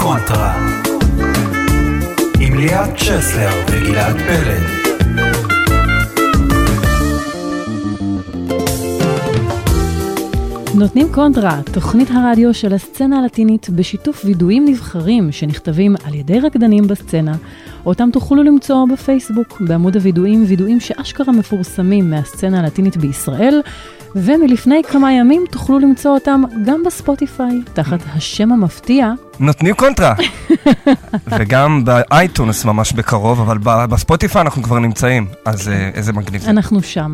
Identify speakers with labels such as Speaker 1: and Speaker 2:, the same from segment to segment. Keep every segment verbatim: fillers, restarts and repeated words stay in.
Speaker 1: קונטרה עם ליאת צ'סלר וגלעד פלד.
Speaker 2: נותנים קונטרה, תוכנית הרדיו של הסצנה הלטינית בשיתוף וידועים נבחרים שנכתבים על ידי רקדנים בסצנה, אותם תוכלו למצוא בפייסבוק, בעמוד הוידועים, וידועים שאשכרה מפורסמים מהסצנה הלטינית בישראל, ומלפני כמה ימים תוכלו למצוא אותם גם בספוטיפיי, תחת השם המפתיע.
Speaker 3: נותנים קונטרה. וגם באייטונס ממש בקרוב, אבל בספוטיפיי אנחנו כבר נמצאים, אז איזה מגניב.
Speaker 2: אנחנו שם.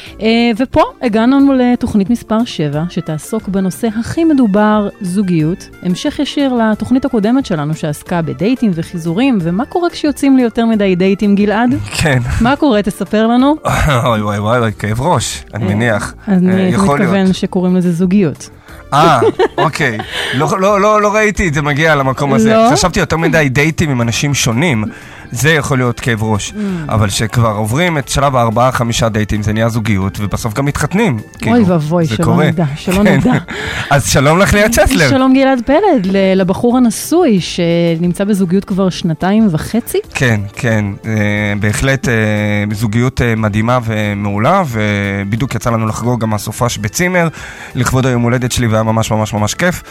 Speaker 2: ופה הגענו לתוכנית מספר שבע, שתעסוק בנושא הכי מדובר, זוגיות. המשך ישיר לתוכנית הקודמת שלנו, שעסקה בדייטים וחיזורים, ומה קורה כשיוצאים לי יותר מדי דייטים, גלעד?
Speaker 3: כן.
Speaker 2: מה קורה? תספר לנו.
Speaker 3: וואי וואי וואי, כאב ראש, אני מניח.
Speaker 2: אני מתכוון שקוראים לזה זוגיות.
Speaker 3: אה, אוקיי. לא, לא, לא, לא ראיתי את זה מגיע למקום הזה.
Speaker 2: לא?
Speaker 3: חשבתי יותר מדי דייטים עם אנשים שונים. זה יכול להיות כאב ראש. אבל שכבר עוברים את שלב הארבעה, חמישה דייטים, זה נהיה זוגיות, ובסוף גם מתחתנים.
Speaker 2: אוי ואבוי, שלא נדע, שלא נדע.
Speaker 3: אז שלום לך ליאת צ'סלר.
Speaker 2: שלום גלעד פלד, לבחור הנשוי שנמצא בזוגיות כבר שנתיים וחצי.
Speaker 3: כן, כן. בהחלט זוגיות מדהימה ומעולה, ובדיוק יצא לנו לחגוג גם הסופש בצימר, לכבוד היום הולדת שלי, והיה ממש ממש ממש כיף.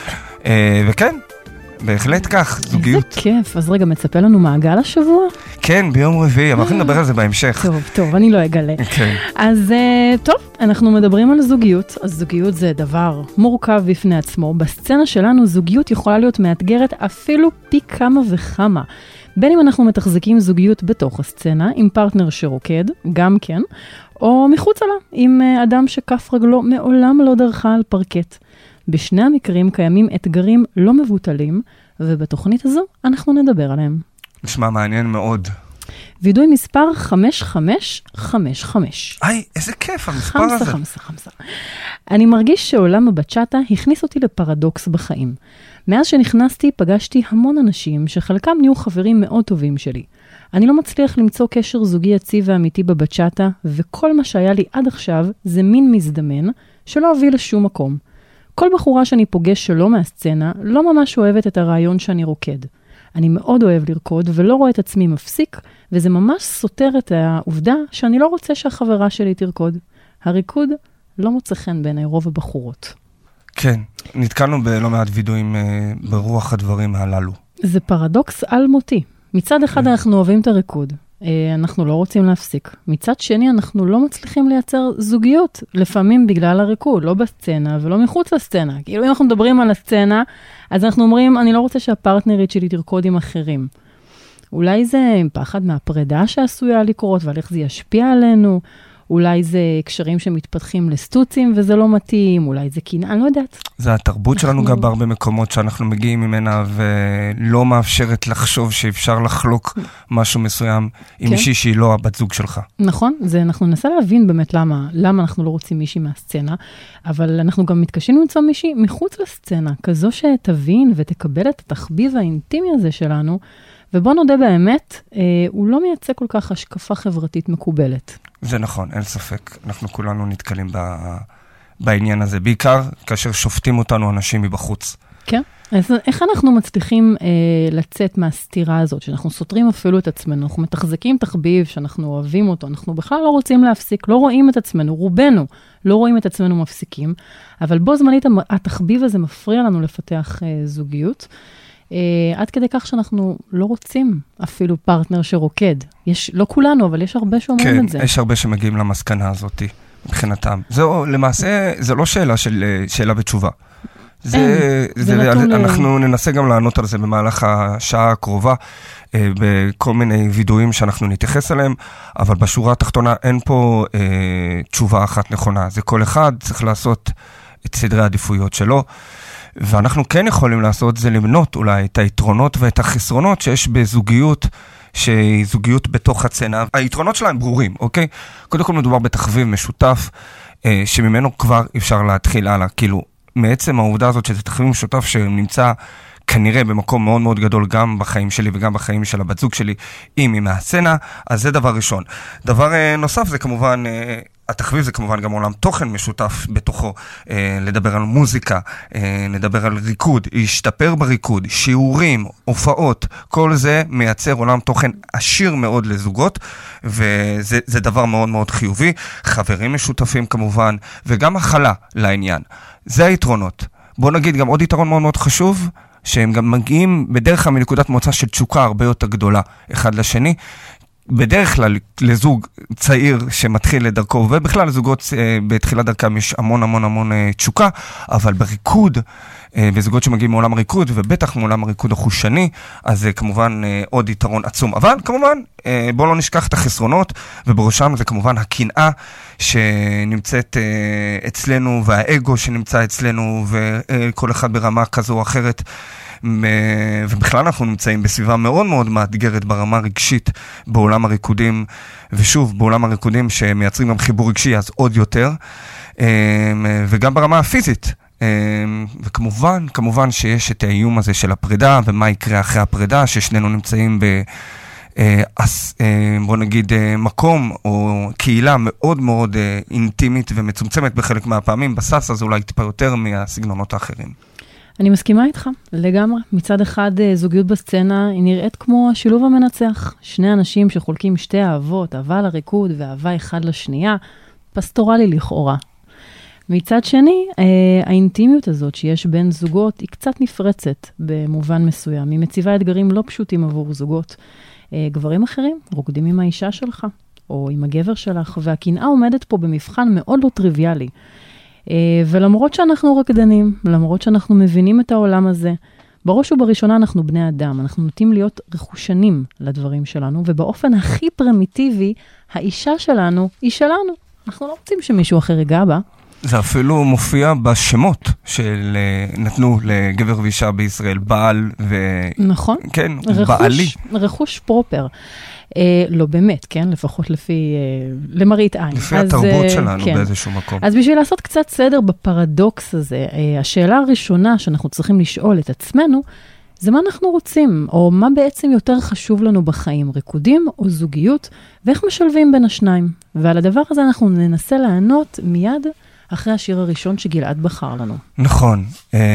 Speaker 3: וכן, בהחלט כך, זוגיות.
Speaker 2: איזה כיף. אז רגע, מצפה לנו מעגל השבוע?
Speaker 3: כן, ביום רביעי, אבל אנחנו נדבר על זה בהמשך.
Speaker 2: טוב, טוב, אני לא אגלה.
Speaker 3: כן.
Speaker 2: אז טוב, אנחנו מדברים על זוגיות. אז זוגיות זה דבר מורכב בפני עצמו. בסצנה שלנו זוגיות יכולה להיות מאתגרת אפילו פי כמה וכמה. בין אם אנחנו מתחזקים זוגיות בתוך הסצנה, עם פרטנר שרוקד, גם כן, או מחוץ לה, עם אדם שכף רגלו מעולם לא דרכה על פרקט. בשני המקרים קיימים אתגרים לא מבוטלים, ובתוכנית הזו אנחנו נדבר עליהם.
Speaker 3: נשמע מעניין מאוד.
Speaker 2: וידוי מספר חמש חמש חמש חמש.
Speaker 3: איי, איזה כיף המספר הזה.
Speaker 2: חמסה, חמסה, חמסה. אני מרגיש שעולם הבצ'אטה הכניס אותי לפרדוקס בחיים. מאז שנכנסתי פגשתי המון אנשים שחלקם נהיו חברים מאוד טובים שלי. אני לא מצליח למצוא קשר זוגי יציב ואמיתי בבצ'אטה, וכל מה שהיה לי עד עכשיו זה מין מזדמן שלא הוביל לשום מקום. כל בחורה שאני פוגש שלא מהסצנה, לא ממש אוהבת את הרעיון שאני רוקד. אני מאוד אוהב לרקוד ולא רואה את עצמי מפסיק, וזה ממש סותר את העובדה שאני לא רוצה שהחברה שלי תרקוד. הריקוד לא מוצא חן בעיני רוב הבחורות.
Speaker 3: כן, נתקלנו בלא מעט וידועים אה, ברוח הדברים הללו.
Speaker 2: זה פרדוקס על מותי. מצד אחד אנחנו אוהבים את הריקוד. אנחנו לא רוצים להפסיק. מצד שני, אנחנו לא מצליחים לייצר זוגיות, לפעמים בגלל הריקוד, לא בסצנה ולא מחוץ לסצנה. כאילו אם אנחנו מדברים על הסצנה, אז אנחנו אומרים, אני לא רוצה שהפרטנרית שלי תרקוד עם אחרים. אולי זה עם פחד מהפרידה שעשויה לקרות, ועל איך זה ישפיע עלינו, אולי זה קשרים שמתפתחים לסטוצים וזה לא מתאים, אולי זה קנאה, אני לא יודעת.
Speaker 3: זה התרבות אנחנו... שלנו גם בהרבה מקומות שאנחנו מגיעים ממנה ולא מאפשרת לחשוב שאפשר לחלוק משהו מסוים עם כן? מישהי שהיא לא הבת זוג שלך.
Speaker 2: נכון, זה, אנחנו ננסה להבין באמת למה, למה אנחנו לא רוצים מישהי מהסצנה, אבל אנחנו גם מתקשים למצוא מישהי מחוץ לסצנה, כזו שתבין ותקבל את התחביב האינטימי הזה שלנו, ובוא נודה באמת, אה, הוא לא מייצא כל כך השקפה חברתית מקובלת.
Speaker 3: זה נכון, אין ספק. אנחנו כולנו נתקלים ב... בעניין הזה, בעיקר כאשר שופטים אותנו אנשים מבחוץ.
Speaker 2: כן. אז איך אנחנו מצליחים אה, לצאת מהסתירה הזאת, שאנחנו סותרים אפילו את עצמנו, אנחנו מתחזקים תחביב שאנחנו אוהבים אותו, אנחנו בכלל לא רוצים להפסיק, לא רואים את עצמנו, רובנו לא רואים את עצמנו מפסיקים, אבל בו זמנית התחביב הזה מפריע לנו לפתח אה, זוגיות, Uh, עד כדי כך שאנחנו לא רוצים אפילו פרטנר שרוקד. יש, לא כולנו, אבל יש הרבה שאומרים
Speaker 3: כן,
Speaker 2: את זה.
Speaker 3: כן, יש הרבה שמגיעים למסקנה הזאת, מבחינתם. זהו, למעשה, זה לא שאלה של שאלה ותשובה. זה,
Speaker 2: אין,
Speaker 3: זה,
Speaker 2: זה
Speaker 3: זה אנחנו ל... ננסה גם לענות על זה במהלך השעה הקרובה, uh, בכל מיני וידועים שאנחנו נתייחס עליהם, אבל בשורה התחתונה אין פה uh, תשובה אחת נכונה. זה כל אחד צריך לעשות את סדרי העדיפויות שלו, ואנחנו כן יכולים לעשות זה למנות אולי את היתרונות ואת החסרונות שיש בזוגיות, שהיא זוגיות בתוך הסצנה. היתרונות שלהם ברורים, אוקיי? קודם כל מדובר בתחביב משותף, אה, שממנו כבר אפשר להתחיל הלאה. כאילו, מעצם העובדה הזאת שזה תחביב משותף שנמצא כנראה במקום מאוד מאוד גדול גם בחיים שלי וגם בחיים של הבת זוג שלי, אם היא מהסצנה, אז זה דבר ראשון. דבר אה, נוסף זה כמובן... אה, התחביב זה כמובן גם עולם תוכן משותף בתוכו, לדבר על מוזיקה, לדבר על ריקוד, להשתפר בריקוד, שיעורים, הופעות, כל זה מייצר עולם תוכן עשיר מאוד לזוגות, וזה זה דבר מאוד מאוד חיובי, חברים משותפים כמובן, וגם החלה לעניין. זה היתרונות. בוא נגיד גם עוד יתרון מאוד מאוד חשוב, שהם גם מגיעים בדרך כלל מנקודת מוצא של תשוקה הרבה יותר גדולה אחד לשני, בדרך כלל לזוג צעיר שמתחיל לדרכו, ובכלל לזוגות בתחילת דרכם יש המון המון המון תשוקה, אבל בריקוד, בזוגות שמגיעים מעולם הריקוד, ובטח מעולם הריקוד החושני, אז זה כמובן עוד יתרון עצום. אבל כמובן, בואו לא נשכח את החסרונות, ובראשם זה כמובן הקנאה שנמצאת אצלנו, והאגו שנמצא אצלנו, וכל אחד ברמה כזו או אחרת, ובכלל אנחנו נמצאים בסביבה מאוד מאוד מאתגרת ברמה רגשית בעולם הריקודים, ושוב, בעולם הריקודים שמייצרים גם חיבור רגשי, אז עוד יותר, וגם ברמה הפיזית. וכמובן, כמובן שיש את האיום הזה של הפרידה, ומה יקרה אחרי הפרידה, ששנינו נמצאים ב... בוא נגיד מקום או קהילה מאוד מאוד אינטימית ומצומצמת בחלק מהפעמים, בסס אז אולי טיפה יותר מהסגנונות האחרים.
Speaker 2: אני מסכימה איתך, לגמרי. מצד אחד, זוגיות בסצנה היא נראית כמו השילוב המנצח. שני אנשים שחולקים שתי אהבות, אהבה לריקוד ואהבה אחד לשנייה, פסטורלי לכאורה. מצד שני, האינטימיות הזאת שיש בין זוגות היא קצת נפרצת במובן מסוים. היא מציבה אתגרים לא פשוטים עבור זוגות. גברים אחרים רוקדים עם האישה שלך, או עם הגבר שלך, והקנאה עומדת פה במבחן מאוד לא טריוויאלי. ולמרות שאנחנו רקדנים, למרות שאנחנו מבינים את העולם הזה, בראש ובראשונה אנחנו בני אדם, אנחנו נוטים להיות רכושנים לדברים שלנו, ובאופן הכי פרימיטיבי, האישה שלנו היא שלנו. אנחנו לא רוצים שמישהו אחר ייגע בה.
Speaker 3: זה אפילו מופיע בשמות של נתנו לגבר ואישה בישראל, בעל ו... נכון. כן, רכוש, בעלי.
Speaker 2: רכוש פרופר. אה, לא באמת, כן? לפחות לפי, אה, למראית עין.
Speaker 3: לפי אז, התרבות אה, שלנו כן. באיזשהו מקום.
Speaker 2: אז בשביל לעשות קצת סדר בפרדוקס הזה, אה, השאלה הראשונה שאנחנו צריכים לשאול את עצמנו, זה מה אנחנו רוצים, או מה בעצם יותר חשוב לנו בחיים, ריקודים או זוגיות, ואיך משלבים בין השניים. ועל הדבר הזה אנחנו ננסה לענות מיד אחרי השיר הראשון שגלעד בחר לנו.
Speaker 3: נכון,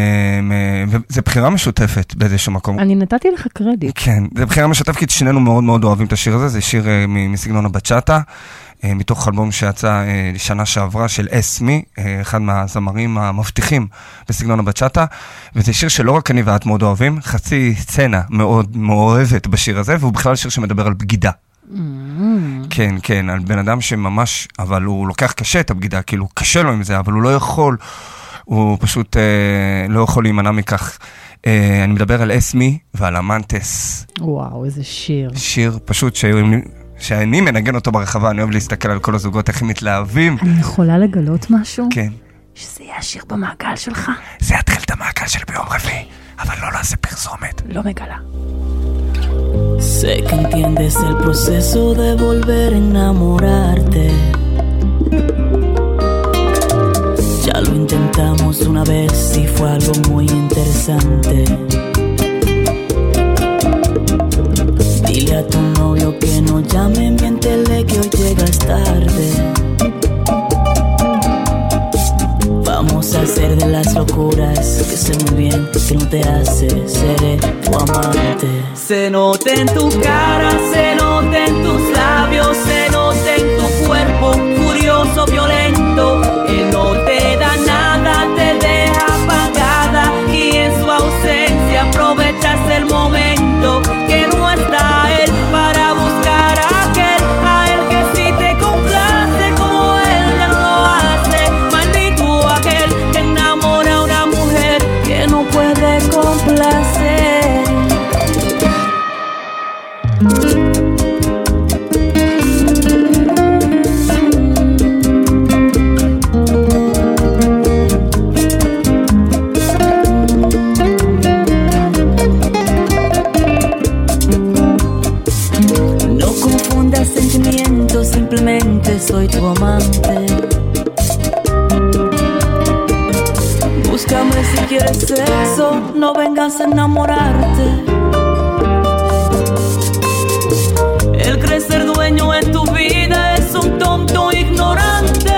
Speaker 3: וזו בחירה משותפת באיזשהו מקום.
Speaker 2: אני נתתי לך קרדיט.
Speaker 3: כן, זו בחירה משותפת, כי שנינו מאוד מאוד אוהבים את השיר הזה, זה שיר מסגנון הבצ'אטה, מתוך אלבום שיצא שנה שעברה של אסמי, אחד מהזמרים המבטיחים בסגנון הבצ'אטה, וזה שיר שלא רק אני ואת מאוד אוהבים, חצי סצנה מאוד מאוהבת בשיר הזה, והוא בכלל שיר שמדבר על בגידה. כן, כן, על בן אדם שממש, אבל הוא לוקח קשה את הבגידה, כאילו קשה לו עם זה, אבל הוא לא יכול, הוא פשוט אה, לא יכול להימנע מכך. אה, אני מדבר על אסמי ועל המנטס.
Speaker 2: וואו, איזה שיר.
Speaker 3: שיר פשוט ש... שאני מנגן אותו ברחבה, אני אוהב להסתכל על כל הזוגות, איך הם מתלהבים.
Speaker 2: אני יכולה לגלות משהו?
Speaker 3: כן.
Speaker 2: שזה יהיה השיר במעגל שלך.
Speaker 3: זה יתחיל את המעגל של ביום רביעי, אבל לא נעשה פרסומת.
Speaker 2: לא מגלה.
Speaker 4: Sé que entiendes el proceso de volver a enamorarte. Ya lo intentamos una vez y fue algo muy interesante. Dile a tu novio que no llame, miéntele que hoy llegas tarde. Vamos a hacer de las locuras que sé muy bien que no te hace, seré tu amante. Se nota en tu cara, se nota en tus labios, se nota en tu cuerpo furioso, violento. Él no te da nada, te deja apagada y en su ausencia aprovechas el momento que no está él para buscar a aquel, a él que sí te complace como él ya lo hace. Maldito aquel que enamora a una mujer que no puede complacer. No confundas sentimientos, simplemente soy tu amante. Búscame si quieres sexo, no vengas a enamorarte. El crecer dueño en tu vida es un tonto ignorante.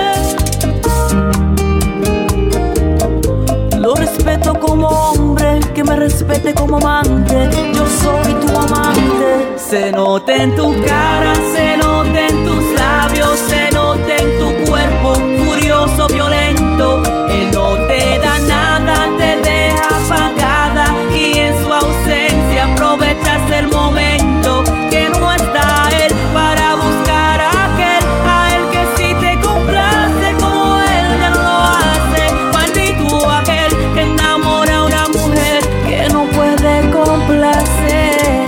Speaker 4: respete como amante, yo soy tu amante. Se nota en tu cara, se nota en tus labios, se nota en tu cuerpo furioso, violento. Él no te da nada, te deja apagada y en su ausencia aprovechas el momento que no está él para buscar a aquel, a él que sí te complace como él ya lo hace. Maldito aquel que enamora a una mujer que no puede complacer.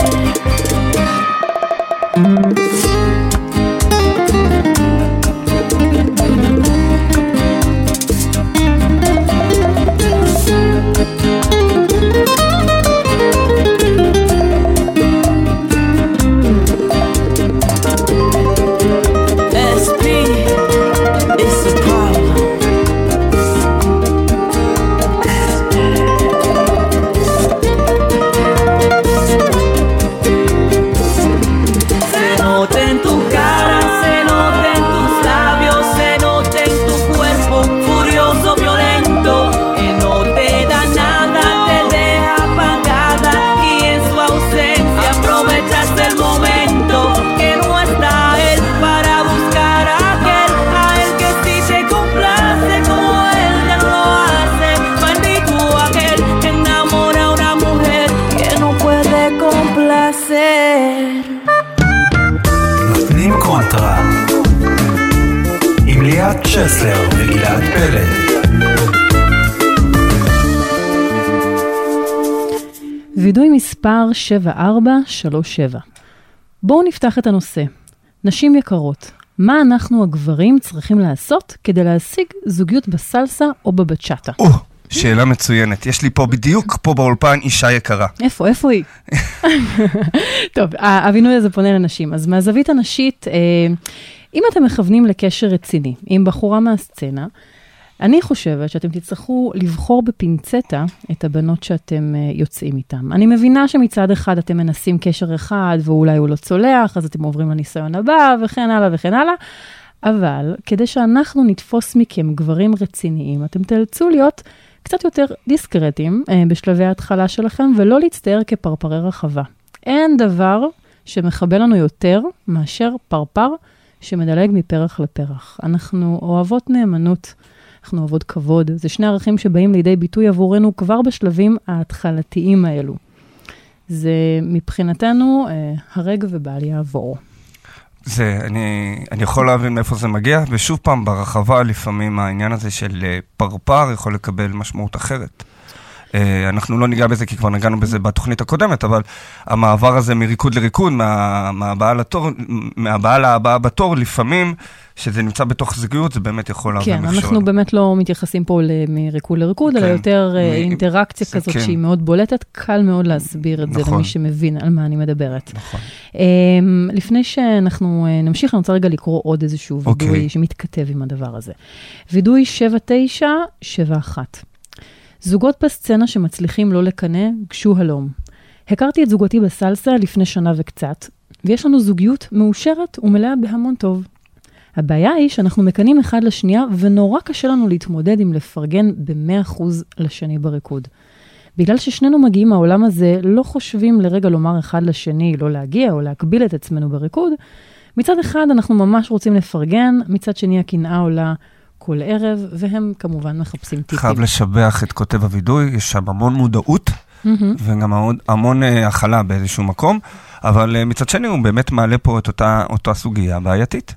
Speaker 1: נותנים קונטרה עם ליאת צ'סלר וגלעד פלד.
Speaker 2: וידוי מספר שבע ארבע שלוש שבע. בואו נפתח את הנושא. נשים יקרות, מה אנחנו הגברים צריכים לעשות כדי להשיג זוגיות בסלסה או בבצ'אטה?
Speaker 3: או, שאלה מצוינת. יש לי פה בדיוק פה באולפן אישה יקרה.
Speaker 2: איפה? איפה היא? טוב, הבינוי הזה פונה לנשים. אז מהזווית הנשית, אם אתם מכוונים לקשר רציני עם בחורה מהסצנה, אני חושבת שאתם תצטרכו לבחור בפינצטה את הבנות שאתם יוצאים איתם. אני מבינה שמצד אחד אתם מנסים קשר אחד, ואולי הוא לא צולח, אז אתם עוברים לניסיון הבא, וכן הלאה וכן הלאה. אבל כדי שאנחנו נתפוס מכם גברים רציניים, אתם תאלצו להיות קצת יותר דיסקרטיים בשלבי ההתחלה שלכם, ולא להצטער כפרפרי רחבה. אין דבר שמחבל לנו יותר מאשר פרפר שמדלג מפרח לפרח. אנחנו אוהבות נאמנות, אנחנו אוהבות כבוד. זה שני ערכים שבאים לידי ביטוי עבורנו כבר בשלבים ההתחלתיים האלו. זה מבחינתנו הרגע ובל יעבור.
Speaker 3: זה, אני, אני יכול להבין מאיפה זה מגיע, ושוב פעם ברחבה לפעמים העניין הזה של פרפר יכול לקבל משמעות אחרת. אנחנו לא ניגע בזה כי כבר נגענו בזה בתוכנית הקודמת, אבל המעבר הזה מריקוד לריקוד, מה, מהבאה לתור, מהבאה להבאה בתור, לפעמים שזה נמצא בתוך זוגיות, זה באמת יכול להביא מכשול.
Speaker 2: כן, אנחנו באמת לא מתייחסים פה מריקוד לריקוד, אלא יותר אינטראקציה כזאת שהיא מאוד בולטת, קל מאוד להסביר את זה למי שמבין על מה אני מדברת.
Speaker 3: נכון.
Speaker 2: לפני שאנחנו נמשיך, אני רוצה רגע לקרוא עוד איזשהו וידוי שמתכתב עם הדבר הזה. וידוי שבע תשע שבע אחת. זוגות בסצנה שמצליחים לא לקנא, גשו הלום. הכרתי את זוגתי בסלסה לפני שנה וקצת, ויש לנו זוגיות מאושרת ומלאה בהמון טוב. הבעיה היא שאנחנו מקנים אחד לשנייה, ונורא קשה לנו להתמודד עם לפרגן ב-מאה אחוז לשני בריקוד. בגלל ששנינו מגיעים מהעולם הזה, לא חושבים לרגע לומר אחד לשני, לא להגיע או להקביל את עצמנו בריקוד. מצד אחד אנחנו ממש רוצים לפרגן, מצד שני הקנאה עולה כל ערב, והם כמובן מחפשים טיפים.
Speaker 3: חייב לשבח את כותב הוידוי, יש שם המון מודעות, mm-hmm. וגם המון הכלה באיזשהו מקום, אבל מצד שני הוא באמת מעלה פה את אותה, אותה סוגיה בעייתית.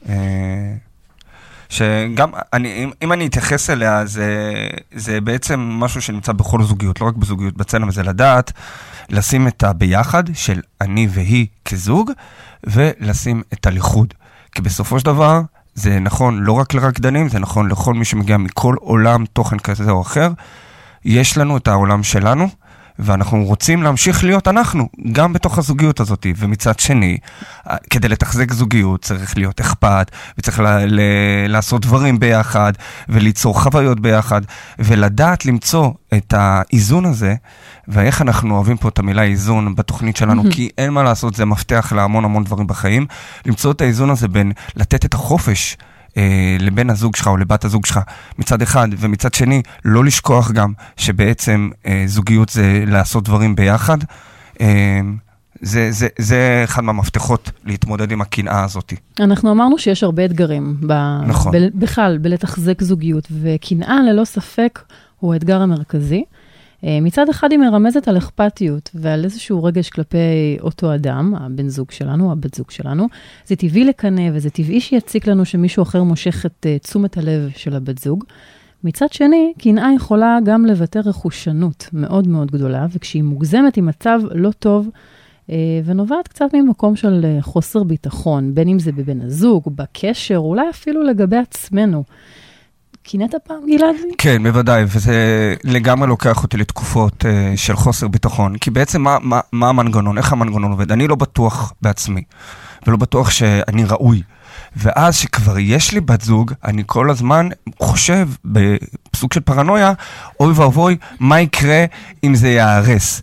Speaker 3: שגם, אני, אם, אם אני אתייחס אליה, זה, זה בעצם משהו שנמצא בכל זוגיות, לא רק בזוגיות בצלם, זה לדעת, לשים את הביחד של אני והיא כזוג, ולשים את הליכוד. כי בסופו של דבר, זה נכון לא רק לרקדנים, זה נכון לכל מי שמגיע מכל עולם תוכן כזה או אחר. יש לנו את העולם שלנו, ואנחנו רוצים להמשיך להיות אנחנו, גם בתוך הזוגיות הזאת. ומצד שני, כדי לתחזק זוגיות, צריך להיות אכפת, וצריך ל- ל- לעשות דברים ביחד, וליצור חוויות ביחד, ולדעת למצוא את האיזון הזה, ואיך אנחנו אוהבים פה את המילה איזון בתוכנית שלנו, כי אין מה לעשות, זה מפתח להמון המון דברים בחיים, למצוא את האיזון הזה בין לתת את החופש אה, לבן הזוג שלך או לבת הזוג שלך מצד אחד, ומצד שני, לא לשכוח גם שבעצם אה, זוגיות זה לעשות דברים ביחד. אה, זה, זה, זה אחד מהמפתחות להתמודד עם הקנאה הזאת.
Speaker 2: אנחנו אמרנו שיש הרבה אתגרים. ב...
Speaker 3: נכון.
Speaker 2: ב... בכלל, בלתחזק זוגיות, וקנאה ללא ספק הוא האתגר המרכזי. מצד אחד היא מרמזת על אכפתיות ועל איזשהו רגש כלפי אותו אדם, הבן זוג שלנו, הבת זוג שלנו. זה טבעי לקנא וזה טבעי שיציק לנו שמישהו אחר מושך את uh, תשומת הלב של הבת זוג. מצד שני, קנאה יכולה גם לבטא רכושנות מאוד מאוד גדולה, וכשהיא מוגזמת היא מצב לא טוב, uh, ונובעת קצת ממקום של uh, חוסר ביטחון, בין אם זה בבן הזוג, בקשר, אולי אפילו לגבי עצמנו. קינאת פעם, גלעד?
Speaker 3: כן, בוודאי, וזה לגמרי לוקח אותי לתקופות uh, של חוסר ביטחון, כי בעצם מה, מה, מה המנגנון, איך המנגנון עובד? אני לא בטוח בעצמי, ולא בטוח שאני ראוי. ואז שכבר יש לי בת זוג, אני כל הזמן חושב בסוג של פרנויה, אוי ואבוי, מה יקרה אם זה יערס?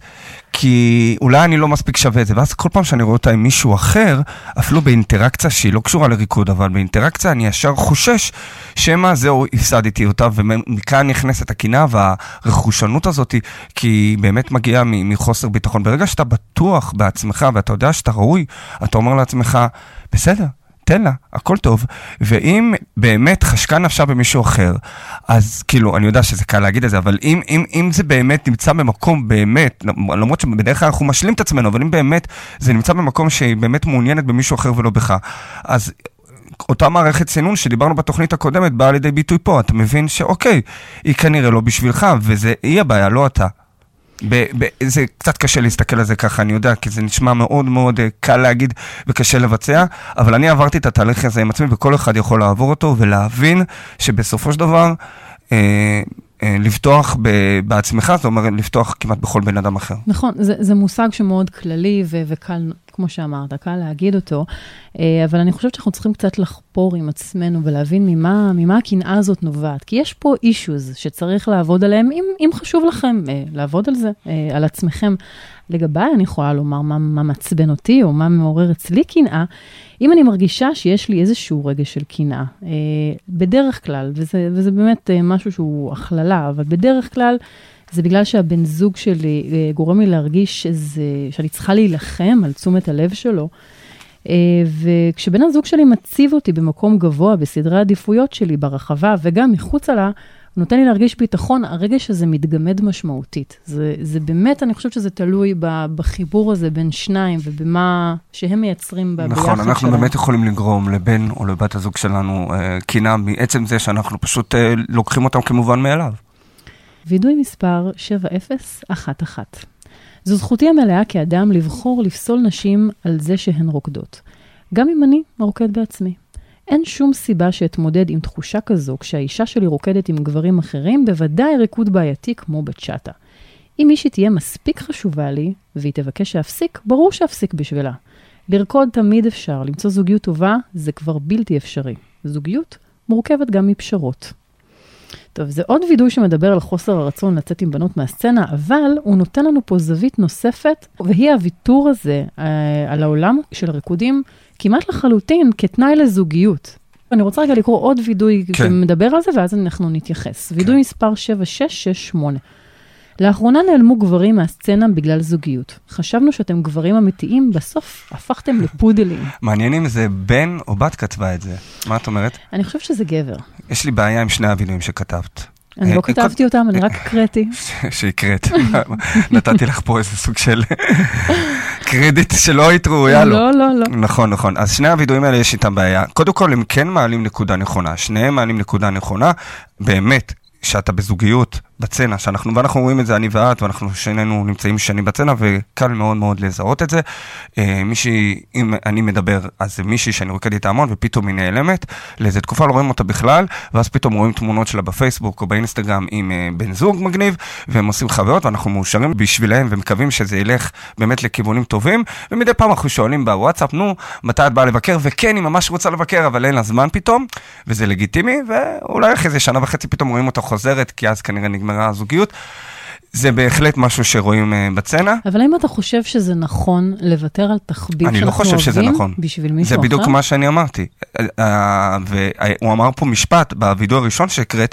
Speaker 3: כי אולי אני לא מספיק שווה את זה, ואז כל פעם שאני רואה אותה עם מישהו אחר, אפילו באינטראקציה שהיא לא קשורה לריקוד, אבל באינטראקציה אני ישר חושש שמה זהו, הפסדתי אותה, ומכאן נכנסת הקנאה והרכושנות הזאת, כי היא באמת מגיעה מחוסר ביטחון. ברגע שאתה בטוח בעצמך, ואתה יודע שאתה ראוי, אתה אומר לעצמך, בסדר, תן לה, הכל טוב, ואם באמת חשקה נפשה במישהו אחר, אז כאילו, אני יודע שזה קל להגיד את זה, אבל אם, אם, אם זה באמת נמצא במקום באמת, למרות שבדרך כלל אנחנו משלים את עצמנו, אבל אם באמת זה נמצא במקום שהיא באמת מעוניינת במישהו אחר ולא בך, אז אותה מערכת סינון שדיברנו בתוכנית הקודמת, באה לידי ביטוי פה, אתה מבין שאוקיי, היא כנראה לא בשבילך, וזה היא הבעיה, לא אתה. ב- ב- זה קצת קשה להסתכל על זה ככה, אני יודע, כי זה נשמע מאוד מאוד קל להגיד וקשה לבצע, אבל אני עברתי את התהליך הזה עם עצמי, וכל אחד יכול לעבור אותו ולהבין שבסופו של דבר, אה, אה, לפתוח ב- בעצמך, זאת אומרת, לפתוח כמעט בכל בן אדם אחר.
Speaker 2: נכון, זה, זה מושג שמאוד כללי ו- וקל, כמו שאמרת, קל להגיד אותו, אבל אני חושבת שאנחנו צריכים קצת לחפור עם עצמנו ולהבין ממה, ממה הקנאה הזאת נובעת. כי יש פה אישוז שצריך לעבוד עליהם, אם, אם חשוב לכם לעבוד על זה, על עצמכם. לגביי אני יכולה לומר מה, מה מעצבן אותי או מה מעורר אצלי קנאה, אם אני מרגישה שיש לי איזשהו רגש של קנאה. בדרך כלל, וזה, וזה באמת משהו שהוא הכללה, אבל בדרך כלל, זה בגלל שהבן זוג שלי גורם לי להרגיש שזה, שאני צריכה להילחם על תשומת הלב שלו, וכשבן הזוג שלי מציב אותי במקום גבוה, בסדרי העדיפויות שלי, ברחבה, וגם מחוץ לה, הוא נותן לי להרגיש ביטחון, הרגש הזה מתגמד משמעותית. זה, זה באמת, אני חושבת שזה תלוי בחיבור הזה בין שניים, ובמה שהם מייצרים ביחד שלנו.
Speaker 3: נכון, אנחנו באמת יכולים לגרום לבן או לבת הזוג שלנו קנאה, מעצם זה שאנחנו פשוט לוקחים אותם כמובן מאליו.
Speaker 2: וידוי מספר שבע אפס אחת אחת. זו זכותי המלאה כאדם לבחור לפסול נשים על זה שהן רוקדות. גם אם אני רוקד בעצמי. אין שום סיבה שאתמודד עם תחושה כזו כשהאישה שלי רוקדת עם גברים אחרים, בוודאי ריקוד בעייתי כמו בצ'אטה. אם מישהי תהיה מספיק חשובה לי, והיא תבקש להפסיק, ברור שאפסיק בשבילה. לרקוד תמיד אפשר, למצוא זוגיות טובה זה כבר בלתי אפשרי. זוגיות מורכבת גם מפשרות. טוב, זה עוד וידוי שמדבר על חוסר הרצון לצאת עם בנות מהסצנה, אבל הוא נותן לנו פה זווית נוספת, והיא הוויתור הזה אה, על העולם של הריקודים, כמעט לחלוטין כתנאי לזוגיות. אני רוצה רגע לקרוא עוד וידוי כן. שמדבר על זה, ואז אנחנו נתייחס. כן. וידוי מספר שבע שש שש שמונה. לאחרונה נעלמו גברים מהסצנה בגלל זוגיות. חשבנו שאתם גברים אמיתיים, בסוף הפכתם לפודלים.
Speaker 3: מעניין אם זה בן או בת כתבה את זה. מה את אומרת?
Speaker 2: אני חושבת שזה גבר.
Speaker 3: יש לי בעיה עם שני הוידואים שכתבת.
Speaker 2: אני לא כתבתי אותם, אני רק הקראתי.
Speaker 3: שהקראת. נתתי לך פה איזה סוג של קרדיט שלא היית ראויה לו.
Speaker 2: לא, לא, לא.
Speaker 3: נכון, נכון. אז שני הוידואים האלה יש איתם בעיה. קודם כל, הם כן מעלים נקודה נכונה. שניהם מעלים נקודה נכונה. באמת, שאתה בזוגיות, בצנה, שאנחנו, ואנחנו רואים את זה, אני ואת, ואנחנו שנינו נמצאים שנים בצנה, וקל מאוד מאוד לזהות את זה. אה, מישהי, אם אני מדבר, אז זה מישהי שאני רוקד איתה המון, ופתאום היא נעלמת, לאיזו תקופה לא רואים אותה בכלל, ואז פתאום רואים תמונות שלה בפייסבוק או באינסטגרם עם אה, בן זוג מגניב, והם עושים חוויות, ואנחנו מאושרים בשבילהם, ומקווים שזה ילך באמת לכיוונים טובים, ומדי פעם אנחנו שואלים בוואטסאפ, נו, מתי את באה לבקר? וכן, היא ממש רוצה לבקר, אבל אין לה זמן פתאום, וזה לגיטימי, ואולי אחרי זה שנה וחצי פתאום רואים אותה חוזרת, כי אז כנראה נגמרה הזוגיות. זה בהחלט משהו שרואים בצנה.
Speaker 2: אבל האם אתה חושב שזה נכון לוותר על תחביב שאנחנו אוהבים
Speaker 3: נכון.
Speaker 2: בשביל מישהו
Speaker 3: אחר? זה בדיוק
Speaker 2: אחר?
Speaker 3: מה שאני אמרתי. והוא אמר פה משפט בווידאו הראשון שהקראת,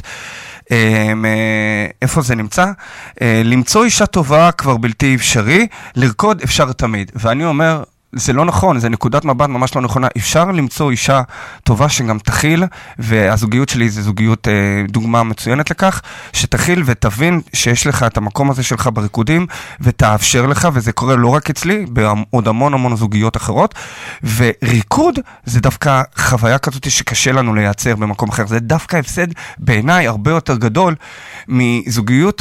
Speaker 3: איפה זה נמצא? למצוא אישה טובה כבר בלתי אפשרי, לרקוד אפשר תמיד. ואני אומר, זה לא נכון, זה נקודת מבט ממש לא נכונה. אפשר למצוא אישה טובה שגם תכיל, והזוגיות שלי זה זוגיות דוגמה מצוינת לכך, שתכיל ותבין שיש לך את המקום הזה שלך בריקודים, ותאפשר לך, וזה קורה לא רק אצלי, בעוד המון המון זוגיות אחרות, וריקוד זה דווקא חוויה כזאת שקשה לנו לייצר במקום אחר. זה דווקא הפסד בעיניי הרבה יותר גדול מזוגיות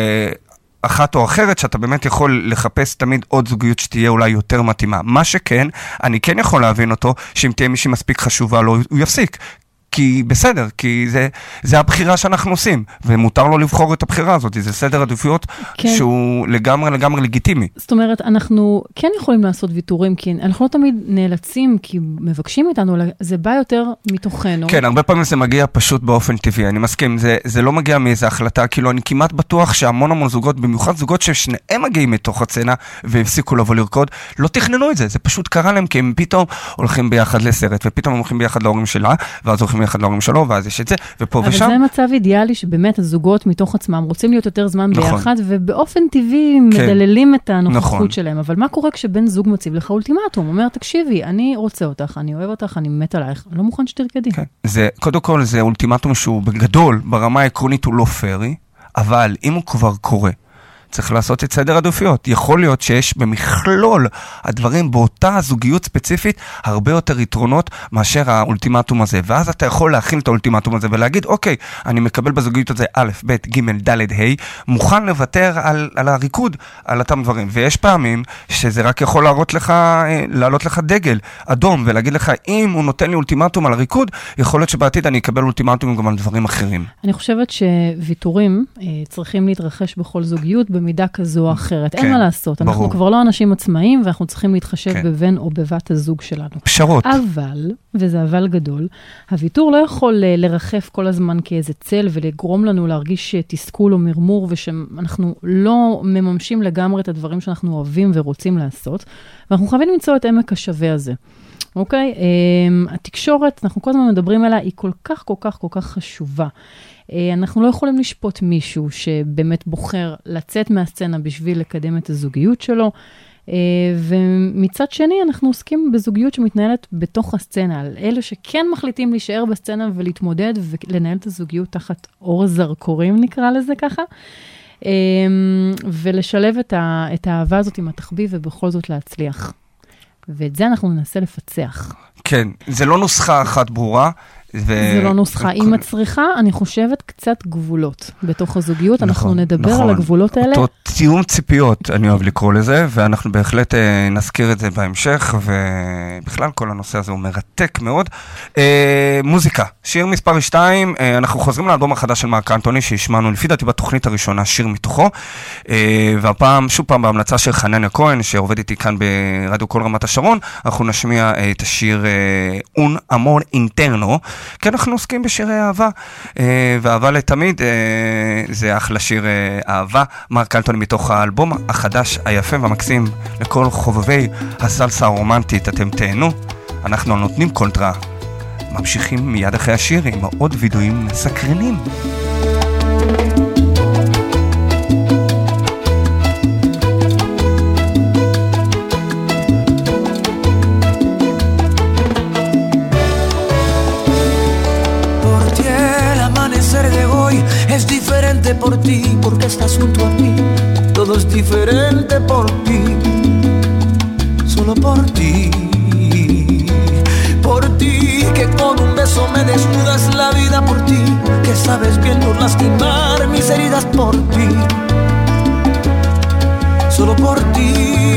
Speaker 3: אחת או אחרת, שאתה באמת יכול לחפש תמיד עוד זוגיות שתהיה אולי יותר מתאימה. מה שכן, אני כן יכול להבין אותו, שאם תהיה מישהי מספיק חשובה לו, הוא יפסיק. כי בסדר, כי זה, זה הבחירה שאנחנו עושים, ומותר לו לבחור את הבחירה הזאת, זה סדר עדיפויות כן. שהוא לגמרי לגמרי לגיטימי.
Speaker 2: זאת אומרת, אנחנו כן יכולים לעשות ויתורים, כי אנחנו לא תמיד נאלצים, כי מבקשים איתנו, זה בא יותר מתוכנו.
Speaker 3: כן, הרבה פעמים זה מגיע פשוט באופן טבעי, אני מסכים, זה, זה לא מגיע מאיזו החלטה, כאילו אני כמעט בטוח שהמון המון זוגות, במיוחד זוגות ששניהם מגיעים מתוך הצנה, והפסיקו לבוא לרקוד, לא תכננו את זה, זה פשוט קרה להם, כי הם פתאום הולכים ביחד לסרט, ופתאום הם הולכים ביחד להורים שלה, ואז הולכים ביחד להורים שלו, ואז יש את זה, ופה ושם.
Speaker 2: אבל זה מצב אידיאלי שבאמת הזוגות מתוך עצמם רוצים להיות יותר זמן
Speaker 3: נכון.
Speaker 2: ביחד, ובאופן טבעי כן. מדללים את הנוכחות
Speaker 3: נכון.
Speaker 2: שלהם. אבל מה קורה כשבן זוג מציב לך אולטימטום? הוא אומר, תקשיבי, אני רוצה אותך, אני אוהב אותך, אני מת עלייך, אני לא מוכן שתרקדי.
Speaker 3: כן. זה, קודם כל, זה אולטימטום שהוא בגדול, ברמה העקרונית הוא לא פרי, אבל אם הוא כבר קורה, צריך לעשות את סדר עדיפויות. יכול להיות שיש במכלול הדברים באותה זוגיות ספציפית הרבה יותר יתרונות מאשר האולטימטום הזה. ואז אתה יכול להכין את האולטימטום הזה ולהגיד, אוקיי, אני מקבל בזוגיות הזה א', ב', ג', ד', ה', מוכן לוותר על, על הריקוד, על אותם דברים. ויש פעמים שזה רק יכול להראות לך, להעלות לך דגל אדום ולהגיד לך, אם הוא נותן לי אולטימטום על הריקוד, יכול להיות שבעתיד אני אקבל אולטימטום גם על דברים אחרים.
Speaker 2: אני חושבת שוויתורים צריכים להתרחש בכל זוגיות במידה כזו או אחרת. כן, אין מה לעשות. ברור. אנחנו כבר לא אנשים עצמאיים, ואנחנו צריכים להתחשב כן. בבן או בבת הזוג שלנו.
Speaker 3: פשרות.
Speaker 2: אבל, וזה אבל גדול, הוויתור לא יכול לרחף כל הזמן כאיזה צל, ולגרום לנו להרגיש תסכול או מרמור, ושאנחנו לא מממשים לגמרי את הדברים שאנחנו אוהבים ורוצים לעשות, ואנחנו חייבים למצוא את עמק השווה הזה. אוקיי? התקשורת, אנחנו כל הזמן מדברים עליה, היא כל כך, כל כך, כל כך חשובה. אנחנו לא יכולים לשפוט מישהו שבאמת בוחר לצאת מהסצנה בשביל לקדם את הזוגיות שלו, ומצד שני אנחנו עוסקים בזוגיות שמתנהלת בתוך הסצנה, על אלה שכן מחליטים להישאר בסצנה ולהתמודד ולנהל את הזוגיות תחת אור זרקורים, נקרא לזה ככה, ולשלב את האהבה הזאת עם התחביב ובכל זאת להצליח. ואת זה אנחנו ננסה לפצח.
Speaker 3: כן, זה לא נוסחה אחת ברורה. ו...
Speaker 2: זה לא נוסחה. היא מצריכה, אני חושבת, קצת גבולות בתוך הזוגיות. נכון, אנחנו נדבר
Speaker 3: נכון.
Speaker 2: על הגבולות האלה.
Speaker 3: אותו תיאום ציפיות, אני אוהב לקרוא לזה, ואנחנו בהחלט אה, נזכיר את זה בהמשך, ובכלל כל הנושא הזה הוא מרתק מאוד. אה, מוזיקה, שיר מספר שתיים, אה, אנחנו חוזרים לאלבום החדש של מרק אנטוני, שהשמענו לפי דעתי בתוכנית הראשונה, שיר מתוכו, אה, והפעם, שוב פעם, בהמלצה של חנניה כהן, שעובד איתי כאן ברדיו כל רמת השרון, אנחנו נשמיע אה, את השיר אה, Un Amor Interno, כי אנחנו עוסקים בשירי אהבה, ואהבה לתמיד, זה אחלה שיר אהבה, מרק אנטוני מתוך האלבום החדש, היפה והמקסים, לכל חובבי הסלסה הרומנטית, אתם תהנו, אנחנו נותנים קונטרה, ממשיכים מיד אחרי השיר עם עוד וידועים מסקרנים.
Speaker 5: Es diferente por ti, porque estás junto a mí. Todo es diferente por ti, solo por ti. Por ti, que con un beso me desnudas la vida por ti. Que sabes bien no lastimar mis heridas por ti, solo por ti.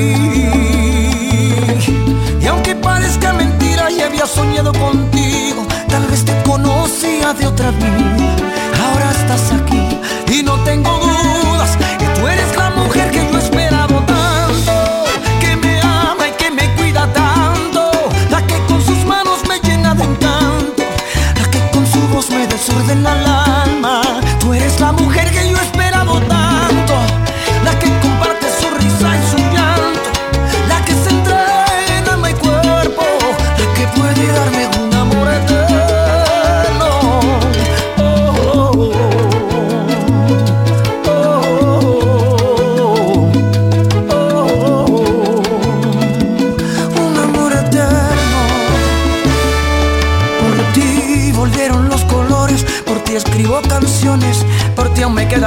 Speaker 5: Y aunque parezca mentira y había soñado contigo, tal vez te conocía de otra vida. Ahora estás aquí y no tengo dudas que tú eres la mujer que yo he esperado tanto, que me ama y que me cuida tanto, la que con sus manos me llena de encanto, la que con su voz me desordena el alma. Tú eres la mujer que yo he esperado tanto,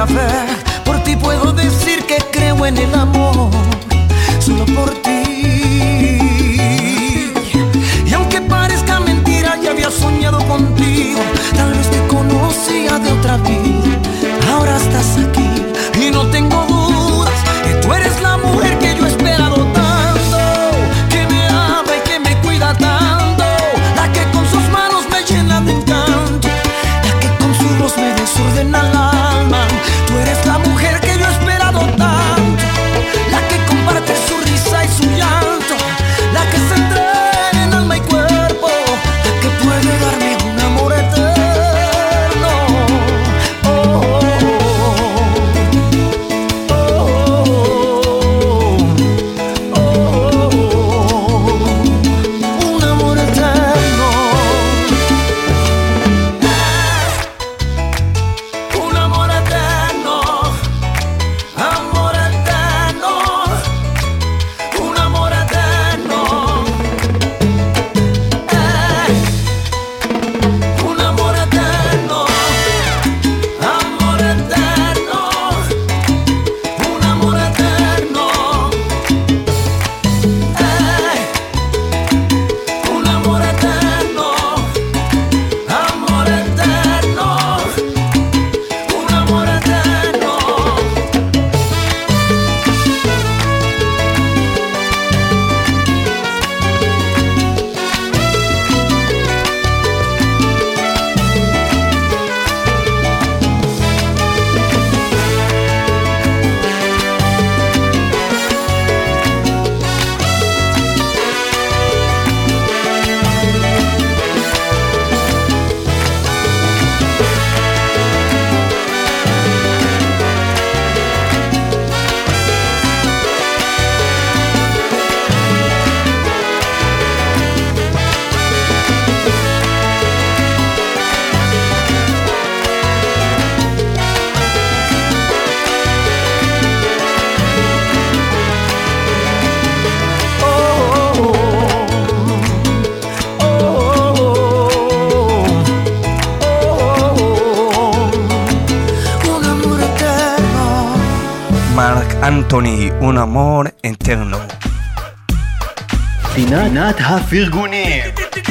Speaker 5: la fe. Por ti puedo decir que creo en el amor, solo por ti. Y aunque parezca mentira, ya había soñado contigo. Tal vez te conocía de otra vida. Ahora estás aquí y no tengo dudas que tú eres la mujer que yo he esperado tanto, que me ama y que me cuida tanto, la que con sus manos me llena de encanto, la que con su voz me desordena el alma. Tú eres la mujer que yo he esperado tanto, la que comparte su risa y su llanto, la que se entrega en alma y cuerpo, la que puede darme un amor eterno. Oh, oh, oh, oh, oh, oh, un amor eterno. Un amor eterno, amor eterno, un amor eterno, eh, un amor eterno, amor eterno, un amor eterno, eh, un amor eterno, amor eterno, un amor eterno.
Speaker 3: מרק אנטוני, un amor eterno.
Speaker 6: פינת הפרגונים.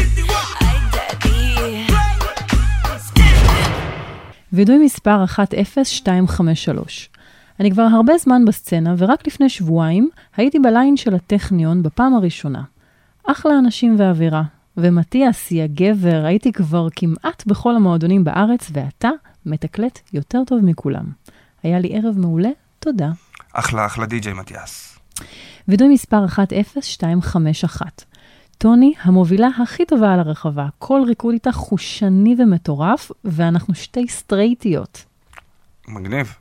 Speaker 2: וידוי מספר אחת אפס שתיים חמש שלוש. אני כבר הרבה זמן בסצנה, ורק לפני שבועיים הייתי בליין של הטכניון בפעם הראשונה. אחלה אנשים ואווירה. ומתיאס, יא גבר, הייתי כבר כמעט בכל המועדונים בארץ, ואתה מתקלט יותר טוב מכולם. היה לי ערב מעולה, תודה.
Speaker 3: אחלה, אחלה די-ג'יי מתיאס.
Speaker 2: וידוי מספר אחת אפס שתיים חמש אחת. טוני, המובילה הכי טובה על הרחבה. כל ריקוד איתה חושני ומטורף, ואנחנו שתי סטרייטיות.
Speaker 3: מגניב.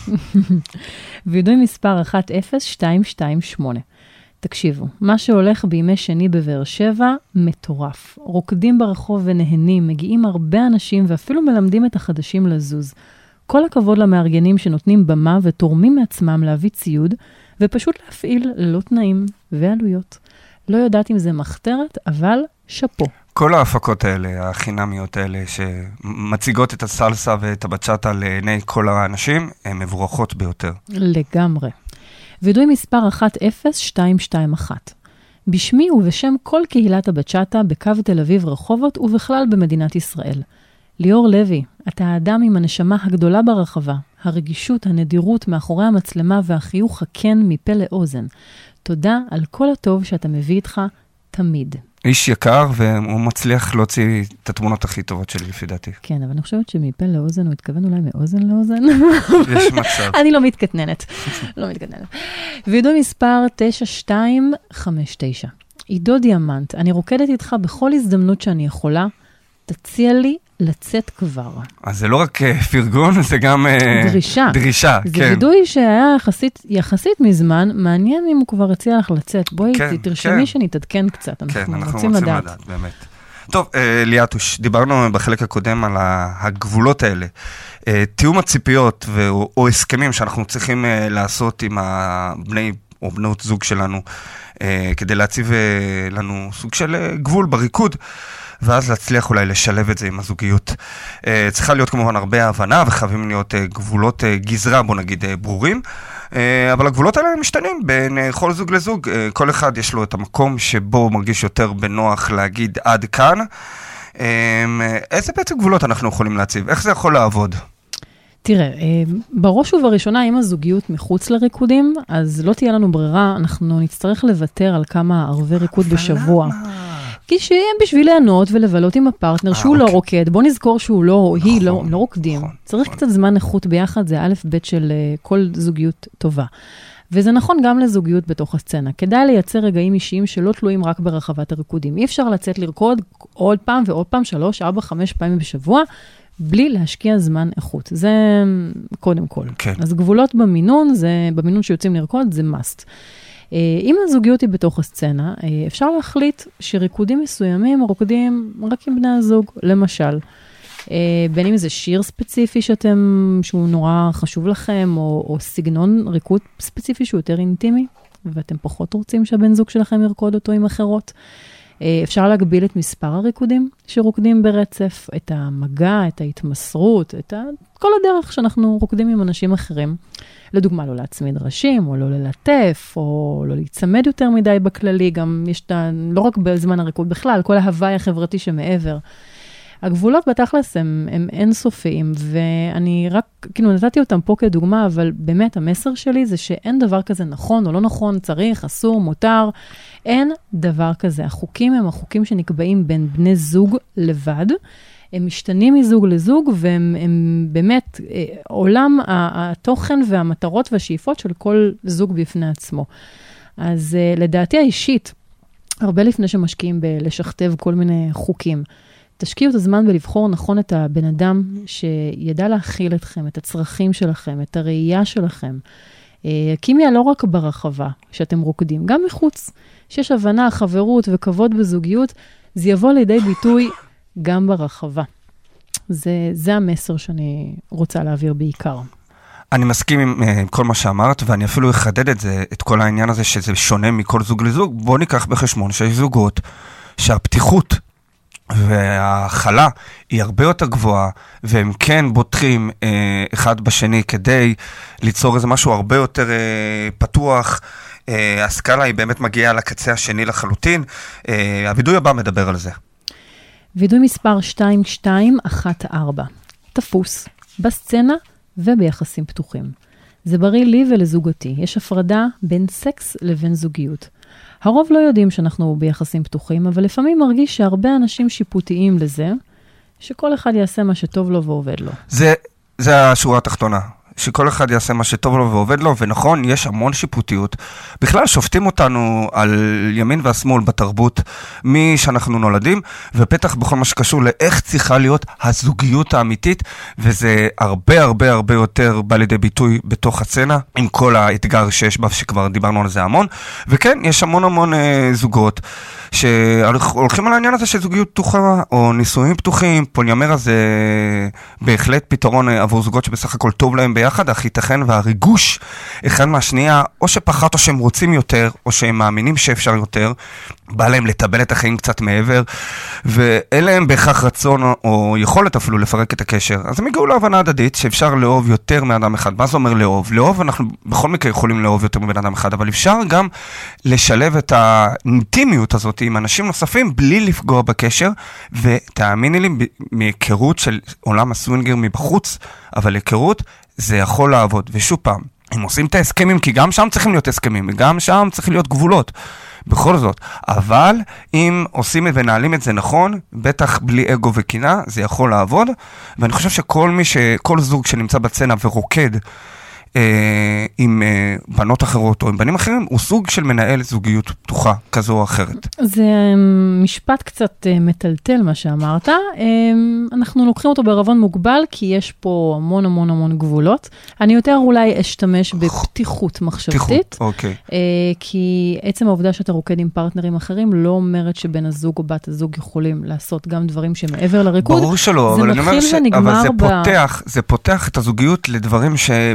Speaker 2: וידוי מספר אחת אפס שתיים שתיים שמונה. תקשיבו, מה שהולך בימי שני בבאר שבע, מטורף. רוקדים ברחוב ונהנים, מגיעים הרבה אנשים ואפילו מלמדים את החדשים לזוז. כל הכבוד למארגנים שנותנים במה ותורמים מעצמם להביא ציוד, ופשוט להפעיל ללא תנאים ועלויות. לא יודעת אם זה מחתרת, אבל שפו.
Speaker 3: כל ההפקות האלה, החינמיות האלה, שמציגות את הסלסה ואת הבצ'אטה לעיני כל האנשים, הן מבורכות ביותר.
Speaker 2: לגמרי. וידוי מספר אחת אפס שתיים שתיים אחת. בשמי ובשם כל קהילת הבצ'אטה בקו תל אביב רחובות ובכלל במדינת ישראל. ליאור לוי, אתה האדם עם הנשמה הגדולה ברחבה, הרגישות, הנדירות מאחורי המצלמה והחיוך הכן מפה לאוזן. תודה על כל הטוב שאתה מביא איתך תמיד.
Speaker 3: איש יקר, והוא מצליח להוציא את התמונות הכי טובות שלי, לפי דעתי.
Speaker 2: כן, אבל אני חושבת שמפה לאוזן, הוא התכוון אולי מאוזן לאוזן.
Speaker 3: יש מצב.
Speaker 2: אני לא מתקטננת. לא מתקטננת. וידוי מספר תשע שתיים חמש תשע. עידו דיאמנט, אני רוקדת איתך בכל הזדמנות שאני יכולה, תציע לי לצאת כבר.
Speaker 3: אז זה לא רק פרגון, זה גם
Speaker 2: דרישה.
Speaker 3: דרישה,
Speaker 2: זה
Speaker 3: כן.
Speaker 2: וידוי שהיה יחסית, יחסית מזמן, מעניין אם הוא כבר הציע לך לצאת. בואי,
Speaker 3: כן,
Speaker 2: תרשמי
Speaker 3: כן.
Speaker 2: שנתעדכן קצת, אנחנו,
Speaker 3: כן, אנחנו
Speaker 2: רוצים לדעת.
Speaker 3: לדעת, באמת. טוב, ליאטוש, דיברנו בחלק הקודם על הגבולות האלה. תיאום הציפיות ו- או הסכמים שאנחנו צריכים לעשות עם הבני או בנות זוג שלנו, כדי להציב לנו סוג של גבול בריקוד. ואז להצליח אולי לשלב את זה עם הזוגיות. צריכה להיות כמובן הרבה הבנה, וחייבים להיות גבולות גזרה, בוא נגיד, ברורים, אבל הגבולות האלה משתנים בין כל זוג לזוג. כל אחד יש לו את המקום שבו הוא מרגיש יותר בנוח להגיד עד כאן. איזה בעצם גבולות אנחנו יכולים להציב? איך זה יכול לעבוד?
Speaker 2: תראה, בראש ובראשונה, אם הזוגיות מחוץ לריקודים, אז לא תהיה לנו ברירה, אנחנו נצטרך לוותר על כמה ערבי ריקוד בשבוע. כי שהם בשביל ליהנות ולבלות עם הפרטנר, שהוא לא רוקד, בוא נזכור שהוא לא, או היא לא רוקדים. צריך קצת זמן איכות ביחד, זה א' ב' של כל זוגיות טובה. וזה נכון גם לזוגיות בתוך הסצנה. כדאי לייצר רגעים אישיים שלא תלויים רק ברחבת הריקודים. אי אפשר לצאת לרקוד עוד פעם ועוד פעם, שלוש, ארבע, חמש פעמים בשבוע, בלי להשקיע זמן איכות. זה קודם כל. כן. אז גבולות במינון, זה, במינון שיוצאים לרקוד, זה must. אם הזוגיות היא בתוך הסצנה, אפשר להחליט שריקודים מסוימים רוקדים רק עם בני הזוג, למשל. בין אם זה שיר ספציפי שאתם, שהוא נורא חשוב לכם, או, או סגנון ריקוד ספציפי שהוא יותר אינטימי, ואתם פחות רוצים שהבן זוג שלכם ירקוד אותו עם אחרות. אפשר להגביל את מספר הריקודים שרוקדים ברצף, את המגע, את ההתמסרות, את ה... כל הדרך שאנחנו רוקדים עם אנשים אחרים. לדוגמה, לא להצמיד ראשים, או לא ללטף, או לא להצמד יותר מדי בכללי, גם יש את ה... לא רק בזמן הריקוד בכלל, כל ההוואי החברתי שמעבר. הגבולות בתכלס הם, הם אינסופיים, ואני רק, כאילו נתתי אותם פה כדוגמה, אבל באמת המסר שלי זה שאין דבר כזה נכון או לא נכון, צריך, אסור, מותר, אין דבר כזה. החוקים הם החוקים שנקבעים בין בני זוג לבד, הם משתנים מזוג לזוג, והם הם באמת עולם התוכן והמטרות והשאיפות של כל זוג בפני עצמו. אז לדעתי האישית, הרבה לפני שמשקיעים בלשכתב כל מיני חוקים, תשקיעו את הזמן בלבחור נכון את הבן אדם שידע להכיל אתכם, את הצרכים שלכם, את הראייה שלכם. קימיה לא רק ברחבה שאתם רוקדים, גם מחוץ. שיש הבנה, חברות וכבוד בזוגיות, זה יבוא לידי ביטוי גם ברחבה. זה, זה המסר שאני רוצה להעביר בעיקר.
Speaker 3: אני מסכים עם, עם כל מה שאמרת, ואני אפילו אחדד את זה, את כל העניין הזה שזה שונה מכל זוג לזוג. בואו ניקח בחשבון שיש זוגות שהפתיחות וההכלה היא הרבה יותר גבוהה, והם כן בוטחים אה, אחד בשני כדי ליצור איזה משהו הרבה יותר אה, פתוח. אה, הסקאלה היא באמת מגיעה לקצה השני לחלוטין. אה, הוידוי הבא מדבר על זה.
Speaker 2: וידוי מספר שתיים שתיים אחת ארבע. תפוס, בסצנה וביחסים פתוחים. זה בריא לי ולזוגתי. יש הפרדה בין סקס לבין זוגיות. הרוב לא יודעים שאנחנו ביחסים פתוחים, אבל לפעמים מרגיש שהרבה אנשים שיפוטיים לזה, שכל אחד יעשה מה שטוב לו ועובד לו.
Speaker 3: זה, זה השורה התחתונה. שכל אחד יעשה מה שטוב לו ועובד לו, ונכון, יש המון שיפוטיות. בכלל שופטים אותנו על ימין והשמאל בתרבות, מי שאנחנו נולדים, ופתח בכל מה שקשור לאיך צריכה להיות הזוגיות האמיתית, וזה הרבה הרבה הרבה יותר בא לידי ביטוי בתוך הסצנה, עם כל האתגר שיש בה, שכבר דיברנו על זה המון, וכן, יש המון המון אה, זוגות, שהולכים על העניין הזה של זוגיות פתוחה, או נישואים פתוחים, פוליאמרה זה בהחלט פתרון עבור זוגות שבסך הכל טוב להם ביחד, אך ייתכן והריגוש אחד מהשנייה, או שפחת או שהם רוצים יותר, או שהם מאמינים שאפשר יותר, בא להם לטבל את החיים קצת מעבר, ואין להם בהכרח רצון או יכולת אפילו לפרק את הקשר. אז הם הגיעו להבנה הדדית שאפשר לאהוב יותר מאדם אחד. מה זה אומר לאהוב? לאהוב אנחנו בכל מקרה יכולים לאהוב יותר מבן אדם אחד, אבל אפשר גם לשלב את האינטימיות הזאת עם אנשים נוספים בלי לפגוע בקשר, ותאמיני לי, מהיכרות של עולם הסווינגר מבחוץ, אבל היכרות זה יכול לעבוד. ושוב פעם, הם עושים את ההסכמים, כי גם שם צריכים להיות הסכמים, וגם שם צריכים להיות גבולות. בכל זאת, אבל אם עושים ונעלים את זה נכון, בטח בלי אגו וקינה, זה יכול לעבוד, ואני חושב שכל מי ש... כל זוג שנמצא בצנה ורוקד אה, עם אה, בנות אחרות או עם בנים אחרים, הוא סוג של מנהל זוגיות פתוחה כזו או אחרת.
Speaker 2: זה משפט קצת אה, מטלטל מה שאמרת. אה, אנחנו לוקחים אותו בערבון מוגבל, כי יש פה המון המון המון גבולות. אני יותר אולי אשתמש בפתיחות מחשבתית.
Speaker 3: פתיחות, אוקיי.
Speaker 2: אה, כי עצם העובדה שאתה רוקד עם פרטנרים אחרים, לא אומרת שבן הזוג או בת הזוג יכולים לעשות גם דברים שמעבר לריקוד.
Speaker 3: ברור שלא, אבל אני אומר ש... אבל זה פותח, זה פותח את הזוגיות לדברים שבזוגיות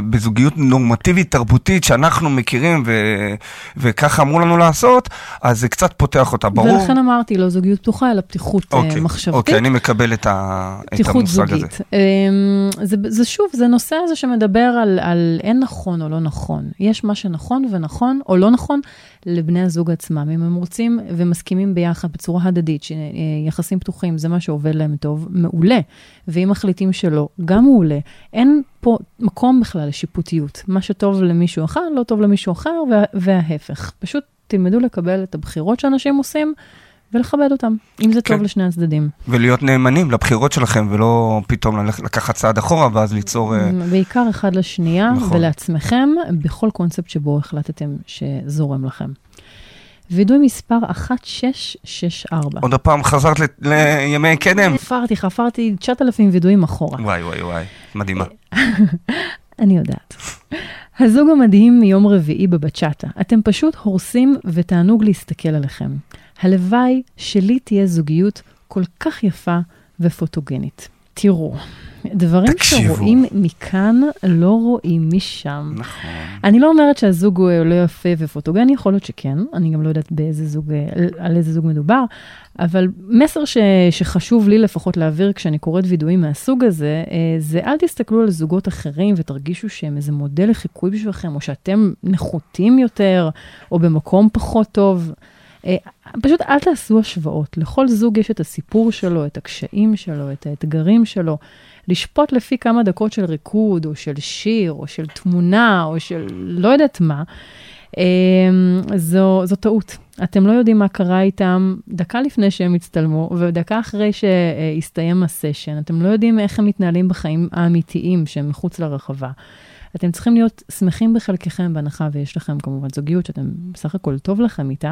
Speaker 3: זוגיות נורמטיבית, תרבותית, שאנחנו מכירים ו... וככה אמרו לנו לעשות, אז זה קצת פותח אותה, ברור.
Speaker 2: ולכן אמרתי, לא זוגיות פתוחה, אלא פתיחות
Speaker 3: אוקיי,
Speaker 2: מחשבתית.
Speaker 3: אוקיי, אני מקבל את, ה... את המושג זוגית. הזה.
Speaker 2: זה, זה שוב, זה נושא הזה שמדבר על, על אין נכון או לא נכון. יש מה שנכון ונכון או לא נכון לבני הזוג עצמם. אם הם רוצים ומסכימים ביחד בצורה הדדית, שיחסים פתוחים זה מה שעובד להם טוב, מעולה. ואם מחליטים שלא, גם מעולה. אין פה מקום בכלל לשיפוטיות. מה שטוב למישהו אחד, לא טוב למישהו אחר, וה, וההפך. פשוט תלמדו לקבל את הבחירות שאנשים עושים, ולכבד אותם, אם זה טוב לשני הצדדים.
Speaker 3: ולהיות נאמנים לבחירות שלכם, ולא פתאום לקחת צעד אחורה, ואז ליצור...
Speaker 2: בעיקר אחד לשנייה, ולעצמכם, בכל קונספט שבו החלטתם שזורם לכם. וידוי מספר אחת שש שש ארבע.
Speaker 3: עוד הפעם חזרת לימי קדם?
Speaker 2: חפרתי, חפרתי תשעת אלפים וידויים אחורה.
Speaker 3: וואי, וואי, וואי, מדהימה.
Speaker 2: אני יודעת. הזוג המדהים מיום רביעי בבצ'אטה. אתם פשוט הורסים ותענוג להסתכל עליכם. הלוואי שלי תהיה זוגיות כל כך יפה ופוטוגנית. תראו, דברים תקשיבו. שרואים מכאן לא רואים משם.
Speaker 3: נכון.
Speaker 2: אני לא אומרת שהזוג הוא לא יפה ופוטוגני, יכול להיות שכן, אני גם לא יודעת באיזה זוג, על איזה זוג מדובר, אבל מסר ש, שחשוב לי לפחות להעביר כשאני קוראת וידועים מהסוג הזה, זה אל תסתכלו על זוגות אחרים ותרגישו שהם איזה מודל לחיקוי בשבילכם, או שאתם נחותים יותר, או במקום פחות טוב. פשוט אל תעשו השוואות. לכל זוג יש את הסיפור שלו, את הקשיים שלו, את האתגרים שלו. לשפוט לפי כמה דקות של ריקוד, או של שיר, או של תמונה, או של לא יודעת מה, זו, זו טעות. אתם לא יודעים מה קרה איתם דקה לפני שהם הצטלמו, ודקה אחרי שהסתיים הסשן. אתם לא יודעים איך הם מתנהלים בחיים האמיתיים שהם מחוץ לרחבה. אתם צריכים להיות שמחים בחלקכם בהנחה, ויש לכם כמובן זוגיות שאתם בסך הכל טוב לכם איתה.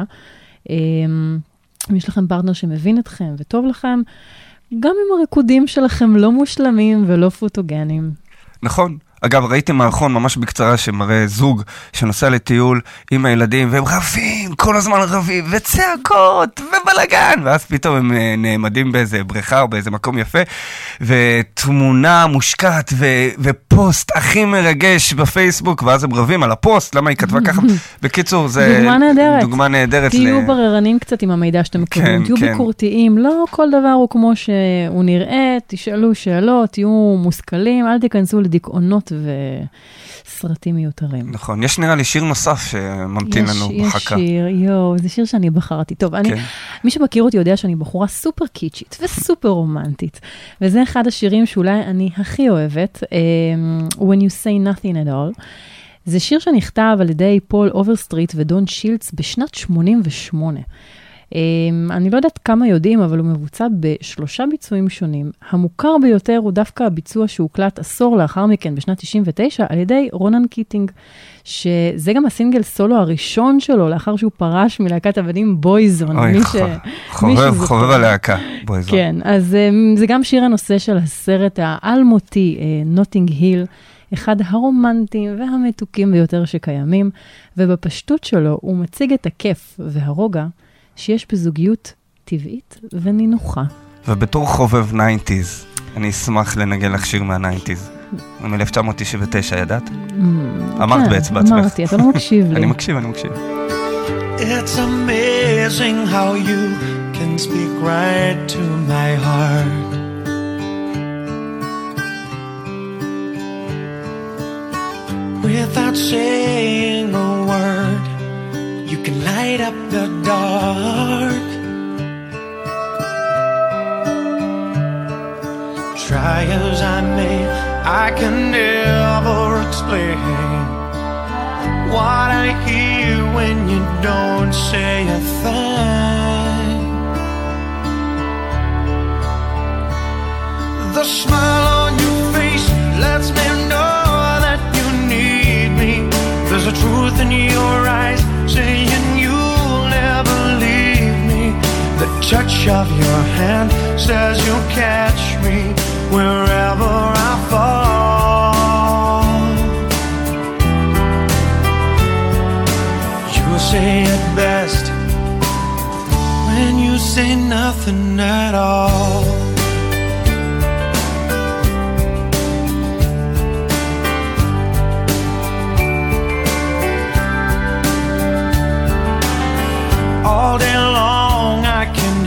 Speaker 2: אם יש לכם פרטנר שמבין אתכם וטוב לכם, גם אם הריקודים שלכם לא מושלמים ולא פוטוגנים.
Speaker 3: נכון. אגב, ראיתי מערכון ממש בקצרה שמראה זוג שנוסע לטיול עם הילדים, והם רבים, כל הזמן רבים, וצעקות, ובלגן, ואז פתאום הם נעמדים באיזה בריכה או באיזה מקום יפה, ותמונה מושקעת ו- ופוסט הכי מרגש בפייסבוק, ואז הם רבים על הפוסט, למה היא כתבה ככה? בקיצור, זה
Speaker 2: דוגמה נהדרת.
Speaker 3: דוגמה נהדרת.
Speaker 2: תהיו ל... בררנים קצת עם המידע שאתם מקבלים, תהיו כן. ביקורתיים, לא כל דבר הוא כמו שהוא נראה, תשאלו שאלות, תהיו מושכלים, אל תיכנסו לדיכאונות וסרטים מיותרים.
Speaker 3: נכון, יש נראה לי שיר נוסף שממתין
Speaker 2: יש,
Speaker 3: לנו
Speaker 2: יש
Speaker 3: בחכה.
Speaker 2: יש שיר, יו, זה שיר שאני בחרתי. טוב, אני, כן. מי שמכיר אותי יודע שאני בחורה סופר קיצ'ית וסופר רומנטית, וזה אחד השירים שאולי אני הכי אוהבת, um, When You Say Nothing at All. זה שיר שנכתב על ידי פול אוברסטריט ודון שילץ בשנת שמונים ושמונה. Um, אני לא יודעת כמה יודעים, אבל הוא מבוצע בשלושה ביצועים שונים. המוכר ביותר הוא דווקא הביצוע שהוקלט עשור לאחר מכן, בשנת תשעים ותשע, על ידי רונן קיטינג, שזה גם הסינגל סולו הראשון שלו, לאחר שהוא פרש מלהקת עבדים בויזון.
Speaker 3: אוי, ח... חובב, חובב הלהקה, בויזון.
Speaker 2: כן, אז um, זה גם שיר הנושא של הסרט האלמותי, נוטינג היל, אחד הרומנטיים והמתוקים ביותר שקיימים, ובפשטות שלו הוא מציג את הכיף והרוגע, שיש בזוגיות טבעית ונינוחה.
Speaker 3: ובתור חובב תשעים, אני אשמח לנגן לך שיר מה-תשעים. מ-אלף תשע מאות תשעים ותשע, ידעת? אמרת בעצם בעצמך.
Speaker 2: אמרתי, אתה לא מקשיב לי.
Speaker 3: אני מקשיב, אני מקשיב.
Speaker 5: It's amazing how you can speak right to my heart. Without saying a word, you can light up the dark. Try as I may, I can never explain what I hear when you don't say a thing. The smile on your face lets me know that you need me. There's a truth in your eyes saying you'll never leave me. The touch of your hand says you'll catch me wherever I fall. You say it best when you say nothing at all.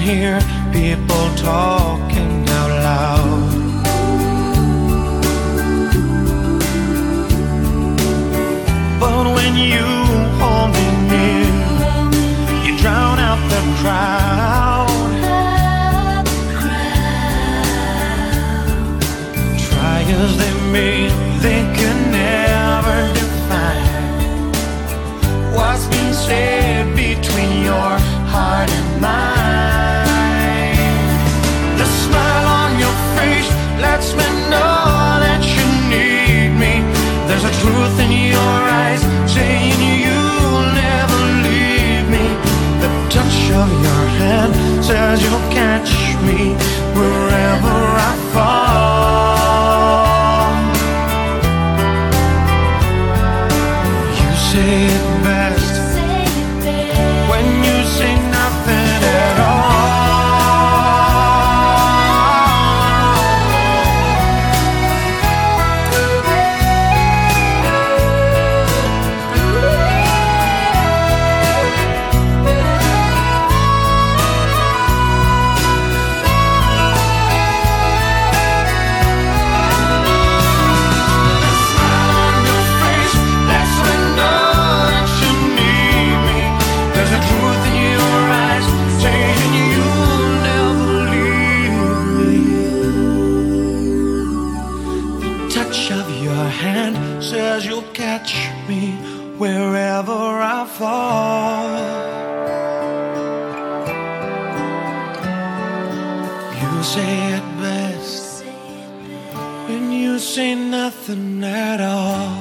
Speaker 7: hear people talking out loud. But when you hold me near, you drown out the crowd. Try as they may, they can never define what's being said between your heart and mine. The smile on your face lets me know that you need me. There's a truth in your eyes saying you'll never leave me. The touch of your hand says you'll catch me wherever I fall. You say it best when you say nothing at all. Says you'll catch me wherever I fall. You say it best when you say nothing at all.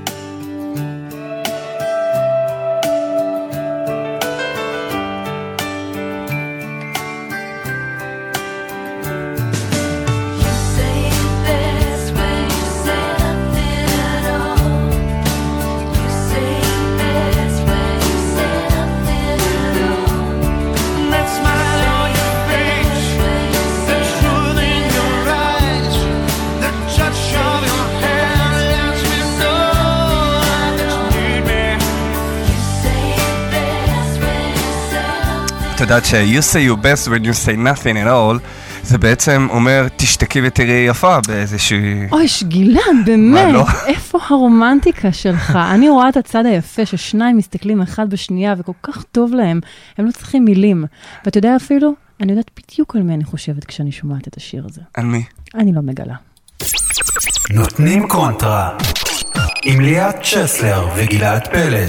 Speaker 3: את יודעת ש-you say your best when you say nothing at all, זה בעצם אומר, תשתקי ותראי יפה באיזושהי...
Speaker 2: אוי, שגילן, באמת, לא? איפה הרומנטיקה שלך? אני רואה את הצד היפה ששניים מסתכלים אחד בשנייה וכל כך טוב להם, הם לא צריכים מילים. ואתה יודע אפילו, אני יודעת בדיוק על מי אני חושבת כשאני שומעת את השיר הזה.
Speaker 3: על מי?
Speaker 2: אני לא מגלה.
Speaker 1: נותנים קונטרה עם ליאת צ'סלר וגלעד פלד.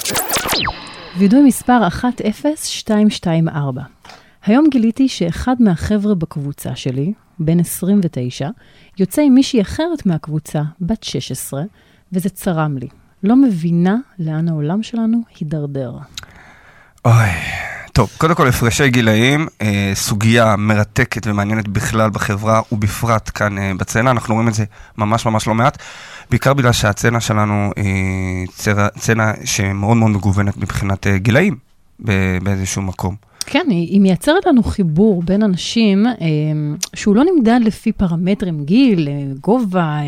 Speaker 2: וידוי מספר אחת אפס שתיים שתיים ארבע. היום גיליתי שאחד מהחבר'ה בקבוצה שלי, בן עשרים ותשע, יוצא עם מישהי אחרת מהקבוצה, בת שש עשרה, וזה צרם לי. לא מבינה לאן העולם שלנו הידרדר.
Speaker 3: אוי, טוב, קודם כל הפרשי גילאים, אה, סוגיה מרתקת ומעניינת בכלל בחברה, ובפרט כאן אה, בצנה, אנחנו רואים את זה ממש ממש לא מעט, בעיקר בגלל שהצנה שלנו היא אה, צנה שמאוד מאוד מגוונת מבחינת אה, גילאים באיזשהו מקום.
Speaker 2: כן, היא, היא מייצרת לנו חיבור בין אנשים אה, שהוא לא נמדד לפי פרמטרים, גיל, אה, גובה, אה,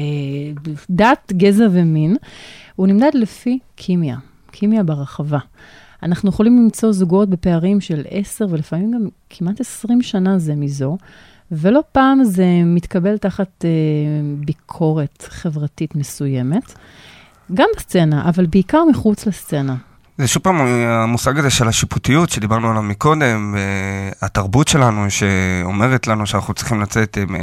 Speaker 2: דת, גזע ומין, הוא נמדד לפי כימיה, כימיה ברחבה. אנחנו יכולים למצוא זוגות בפערים של עשר ולפעמים גם כמעט עשרים שנה זה מזו, ולא פעם זה מתקבל תחת אה, ביקורת חברתית מסוימת, גם בסצנה, אבל בעיקר מחוץ לסצנה.
Speaker 3: זה שוב פעם המושג הזה של השיפוטיות שדיברנו עליו מקודם, התרבות שלנו שאומרת לנו שאנחנו צריכים לצאת עם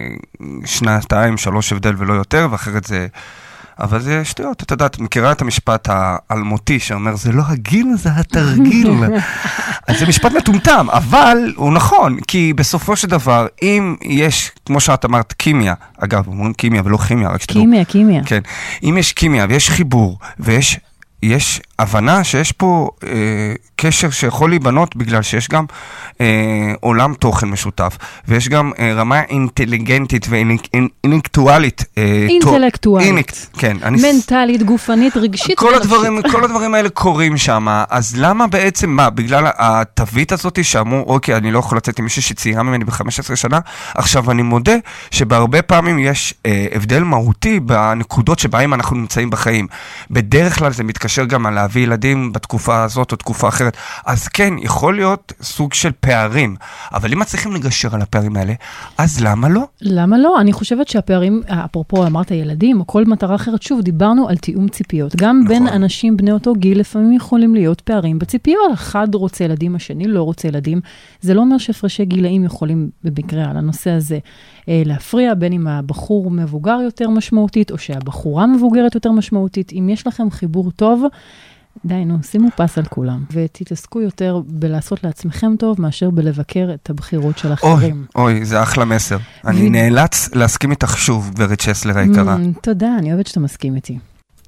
Speaker 3: שנתיים, שלוש הבדל ולא יותר, ואחרת זה... אבל זה שטויות, אתה יודעת, מכירה את המשפט האלמותי שאומר, זה לא הגיל, זה התרגיל. אז זה משפט מטומטם, אבל הוא נכון, כי בסופו של דבר, אם יש, כמו שאת אמרת, כימיה, אגב, אומרים כימיה ולא כימיה, רק שתדעו.
Speaker 2: כימיה, כימיה.
Speaker 3: כן, אם יש כימיה ויש חיבור, ויש יש הבנה שיש פה אה, קשר שיכול להיבנות בגלל שיש גם אה, עולם תוכן משותף, ויש גם אה, רמה אינטליגנטית ואינטלקטואלית. אה,
Speaker 2: אינטלקטואלית.
Speaker 3: אינקט, כן.
Speaker 2: מנטלית, אני... גופנית, רגשית.
Speaker 3: כל הדברים, כל הדברים האלה קורים שם, אז למה בעצם, מה, בגלל התווית הזאת שאמרו, אוקיי, אני לא יכול לצאת עם מישהו שצעירה ממני ב-חמש עשרה שנה, עכשיו אני מודה שבהרבה פעמים יש אה, הבדל מהותי בנקודות שבהם אנחנו נמצאים בחיים. בדרך כלל זה מתקשר גם על להביא ילדים בתקופה הזאת או תקופה אחרת. להיות. אז כן, יכול להיות סוג של פערים, אבל אם מצליחים לגשר על הפערים האלה, אז למה לא?
Speaker 2: למה לא? אני חושבת שהפערים, אפרופו אמרת ילדים, או כל מטרה אחרת, שוב, דיברנו על תיאום ציפיות. גם נכון. בין אנשים בני אותו גיל, לפעמים יכולים להיות פערים בציפיות. אחד רוצה ילדים, השני לא רוצה ילדים. זה לא אומר שהפרשי גילאים יכולים, במקרה על הנושא הזה, להפריע, בין אם הבחור מבוגר יותר משמעותית, או שהבחורה מבוגרת יותר משמעותית. אם יש לכם חיבור טוב, די, נו, שימו פס על כולם, ותתעסקו יותר בלעשות לעצמכם טוב, מאשר בלבקר את הבחירות של אחרים.
Speaker 3: אוי, אוי, זה אחלה מסר. אני נאלץ להסכים איתך שוב, גברת צ'סלר היקרה.
Speaker 2: תודה, אני אוהבת שאתה מסכים איתי.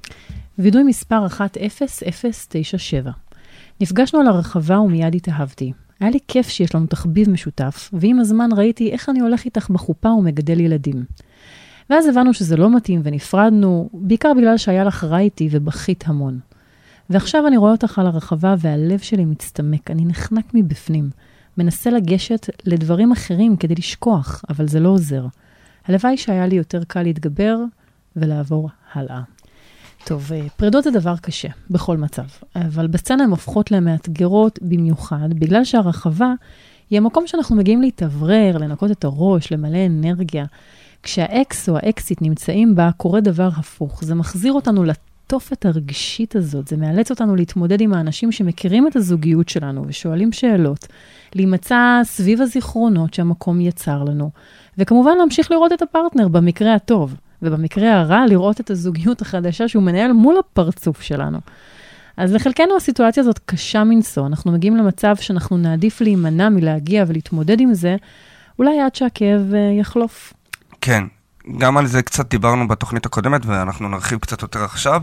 Speaker 2: וידוי מספר אחת אפס אפס תשע שבע. נפגשנו על הרחבה ומיד התאהבתי. היה לי כיף שיש לנו תחביב משותף, ועם הזמן ראיתי איך אני הולך איתך בחופה ומגדל ילדים. ואז הבנו שזה לא מתאים ונפרדנו, בעיקר בגלל שהיה לך רע איתי ובכית המון. ועכשיו אני רואה אותך על הרחבה והלב שלי מצטמק, אני נחנק מבפנים. מנסה לגשת לדברים אחרים כדי לשכוח, אבל זה לא עוזר. הלוואי שהיה לי יותר קל להתגבר ולעבור הלאה. טוב, פרידות זה דבר קשה, בכל מצב. אבל בסצנה הן הופכות למאתגרות במיוחד, בגלל שהרחבה היא המקום שאנחנו מגיעים להתאוורר, לנקות את הראש, למלא אנרגיה. כשהאקס או האקסית נמצאים בה, קורה דבר הפוך. זה מחזיר אותנו לתופת הרגשית הזאת. זה מאלץ אותנו להתמודד עם האנשים שמכירים את הזוגיות שלנו ושואלים שאלות. להימצא סביב הזיכרונות שהמקום יצר לנו. וכמובן להמשיך לראות את הפרטנר במקרה הטוב. ובמקרה הרע לראות את הזוגיות החדשה שהוא מנהל מול הפרצוף שלנו. אז לחלקנו הסיטואציה הזאת קשה מנסו. אנחנו מגיעים למצב שאנחנו נעדיף להימנע מלהגיע ולהתמודד עם זה, אולי עד שהכאב יחלוף.
Speaker 3: כן, גם על זה קצת דיברנו בתוכנית הקודמת, ואנחנו נרחיב קצת יותר עכשיו.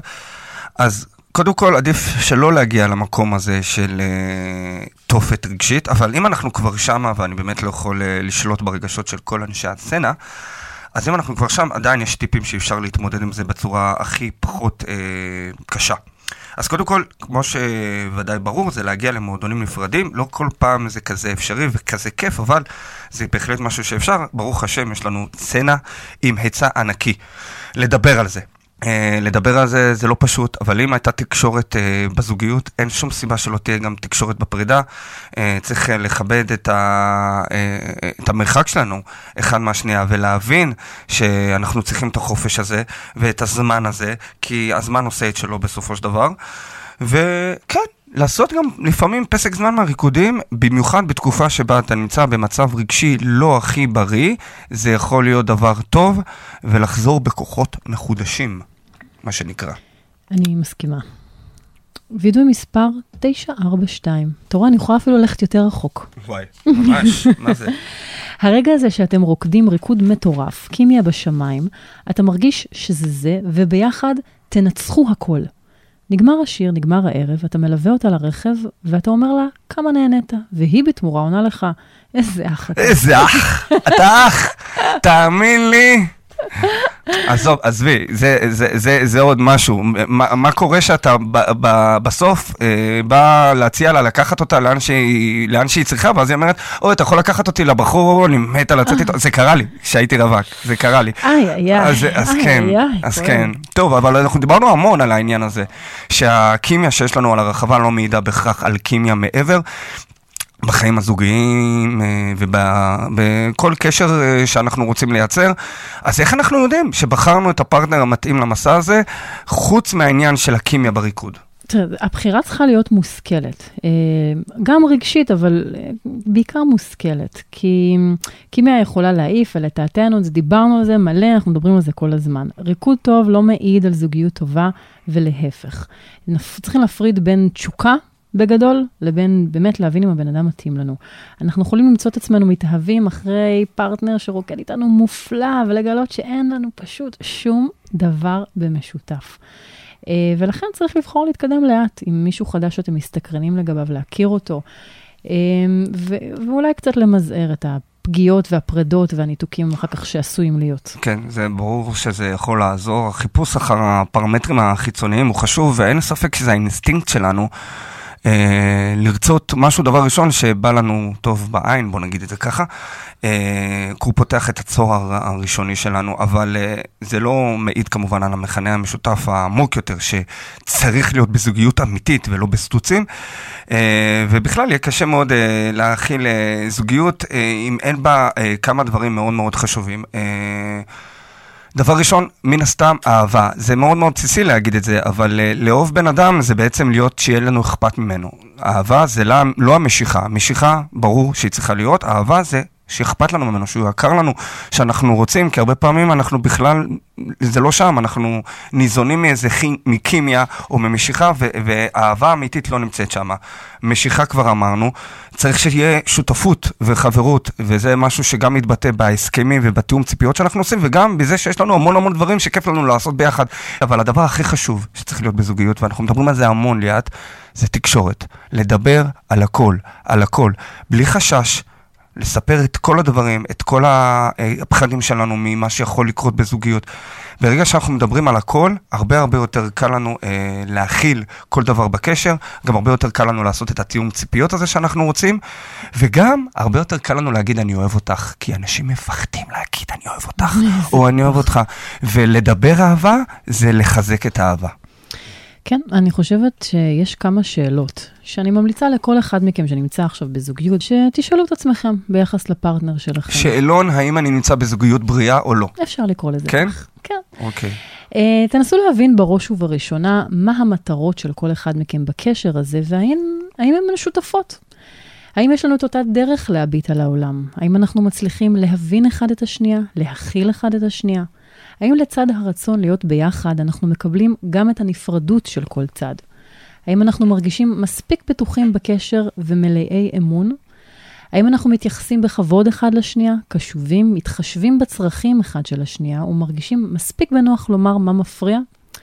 Speaker 3: אז קודם כל עדיף שלא להגיע למקום הזה של uh, תופת רגשית, אבל אם אנחנו כבר שמה, ואני באמת לא יכול uh, לשלוט ברגשות של כל אנשי הסצנה, אז אם אנחנו כבר שם, עדיין יש טיפים שאפשר להתמודד עם זה בצורה הכי פחות אה, קשה. אז קודם כל, כמו שוודאי ברור, זה להגיע למועדונים נפרדים. לא כל פעם זה כזה אפשרי וכזה כיף, אבל זה בהחלט משהו שאפשר. ברוך השם, יש לנו סצנה עם היצע ענקי. לדבר על זה. Uh, לדבר על זה זה לא פשוט, אבל אם הייתה תקשורת uh, בזוגיות, אין שום סיבה שלא תהיה גם תקשורת בפרידה. Uh, צריך uh, לכבד את, ה, uh, את המרחק שלנו אחד מהשנייה, ולהבין שאנחנו צריכים את החופש הזה ואת הזמן הזה, כי הזמן עושה את שלו בסופו של דבר. וכן, לעשות גם לפעמים פסק זמן מהריקודים, במיוחד בתקופה שבה אתה נמצא במצב רגשי לא הכי בריא, זה יכול להיות דבר טוב, ולחזור בכוחות מחודשים, מה שנקרא.
Speaker 2: אני מסכימה. וידוי מספר תשע ארבע שתיים. תורה, אני יכולה אפילו ללכת יותר רחוק.
Speaker 3: וואי, ממש, מה זה?
Speaker 2: הרגע הזה שאתם רוקדים ריקוד מטורף, קימיה בשמיים, אתה מרגיש שזה זה, וביחד תנצחו הכל. נגמר השיר, נגמר הערב, אתה מלווה אותה לרכב, ואתה אומר לה, כמה נהנית? והיא בתמורה עונה לך, איזה אח אתה.
Speaker 3: איזה אח, אתה אח, תאמין לי. עזוב, עזבי, זה, זה, זה, זה עוד משהו. מה, מה קורה שאתה ב, ב, בסוף אה, בא להציע לה, לקחת אותה לאן שהיא, לאן שהיא צריכה, ואז היא אומרת, אוי, אתה יכול לקחת אותי לבחור, אני מתה לצאת איתו. זה קרה לי, שהייתי רווק, זה קרה לי.
Speaker 2: איי, איי,
Speaker 3: אז, אז
Speaker 2: איי,
Speaker 3: כן,
Speaker 2: איי,
Speaker 3: אז
Speaker 2: איי.
Speaker 3: כן. טוב, אבל אנחנו דיברנו המון על העניין הזה, שהכימיה שיש לנו על הרחבה לא מעידה בכך על כימיה מעבר, בחיים הזוגיים ובכל קשר שאנחנו רוצים לייצר. אז איך אנחנו יודעים שבחרנו את הפרטנר המתאים למסע הזה, חוץ מהעניין של הכימיה בריקוד?
Speaker 2: תראה, הבחירה צריכה להיות מושכלת. גם רגשית, אבל בעיקר מושכלת. כי כימיה יכולה להעיף ולתעתנו, דיברנו על זה מלא, אנחנו מדברים על זה כל הזמן. ריקוד טוב לא מעיד על זוגיות טובה ולהפך. צריכים להפריד בין תשוקה, בגדול, לבין באמת להבין אם הבן אדם מתאים לנו. אנחנו יכולים למצוא את עצמנו מתאהבים אחרי פרטנר שרוקד איתנו מופלא, ולגלות שאין לנו פשוט שום דבר במשותף. ולכן צריך לבחור להתקדם לאט, עם מישהו חדש שאתם מסתקרנים לגביו, להכיר אותו, ואולי קצת למזער את הפגיעות והפרדות והניתוקים אחר כך שעשויים להיות.
Speaker 3: כן, זה ברור שזה יכול לעזור. החיפוש אחר הפרמטרים החיצוניים הוא חשוב, ואין ספק שזה האינסטינקט שלנו, אה, לרצות משהו דבר ראשון שבא לנו טוב בעין, בוא נגיד את זה ככה, אה, כי הוא פותח את הצוהר הראשוני שלנו, אבל אה, זה לא מעיד כמובן על המכנה המשותף העמוק יותר, שצריך להיות בזוגיות אמיתית ולא בסטוצים, אה, ובכלל יהיה קשה מאוד אה, להכיל אה, זוגיות, אה, אם אין בה אה, כמה דברים מאוד מאוד חשובים. אה, דבר ראשון, מן הסתם, אהבה. זה מאוד מאוד בסיסי להגיד את זה, אבל uh, לאהוב בן אדם זה בעצם להיות שיהיה לנו אכפת ממנו. אהבה זה לא, לא המשיכה. המשיכה, ברור שהיא צריכה להיות. אהבה זה שאכפת לנו ממנו, שהוא יקר לנו, שאנחנו רוצים, כי הרבה פעמים אנחנו בכלל, זה לא שם, אנחנו ניזונים מאיזה מקימיה או ממשיכה, ו- והאהבה האמיתית לא נמצאת שם. משיכה כבר אמרנו, צריך שיהיה שותפות וחברות, וזה משהו שגם מתבטא בהסכמים ובתיאום ציפיות שאנחנו עושים, וגם בזה שיש לנו המון המון דברים שכיף לנו לעשות ביחד. אבל הדבר הכי חשוב שצריך להיות בזוגיות, ואנחנו מדברים על זה המון ליאת, זה תקשורת. לדבר על הכל, על הכל, בלי חשש, לספר את כל הדברים, את כל הפחדים שלנו ממה שיכול לקרות בזוגיות. ברגע שאנחנו מדברים על הכל, הרבה הרבה יותר קל לנו אה, להכיל כל דבר בקשר, גם הרבה יותר קל לנו לעשות את התיאום ציפיות הזה שאנחנו רוצים, וגם הרבה יותר קל לנו להגיד אני אוהב אותך, כי אנשים מפחדים להגיד אני אוהב אותך, או אני אוהב אותך, ולדבר אהבה זה לחזק את האהבה.
Speaker 2: כן, אני חושבת שיש כמה שאלות שאני ממליצה לכל אחד מכם שנמצא עכשיו בזוגיות, שתשאלו את עצמכם ביחס לפרטנר שלכם.
Speaker 3: שאלון, האם אני נמצא בזוגיות בריאה או לא?
Speaker 2: אפשר לקרוא לזה.
Speaker 3: כן?
Speaker 2: כן.
Speaker 3: אוקיי.
Speaker 2: Uh, תנסו להבין בראש ובראשונה מה המטרות של כל אחד מכם בקשר הזה, והאם האם הן משותפות. האם יש לנו את אותה דרך להביט על העולם? האם אנחנו מצליחים להבין אחד את השנייה, להכיל אחד את השנייה? האם לצד הרצון להיות ביחד, אנחנו מקבלים גם את הנפרדות של כל צד? האם אנחנו מרגישים מספיק בטוחים בקשר ומלאי אמון? האם אנחנו מתייחסים בכבוד אחד לשנייה, קשובים, מתחשבים בצרכים אחד של השנייה, ומרגישים מספיק בנוח לומר מה מפריע?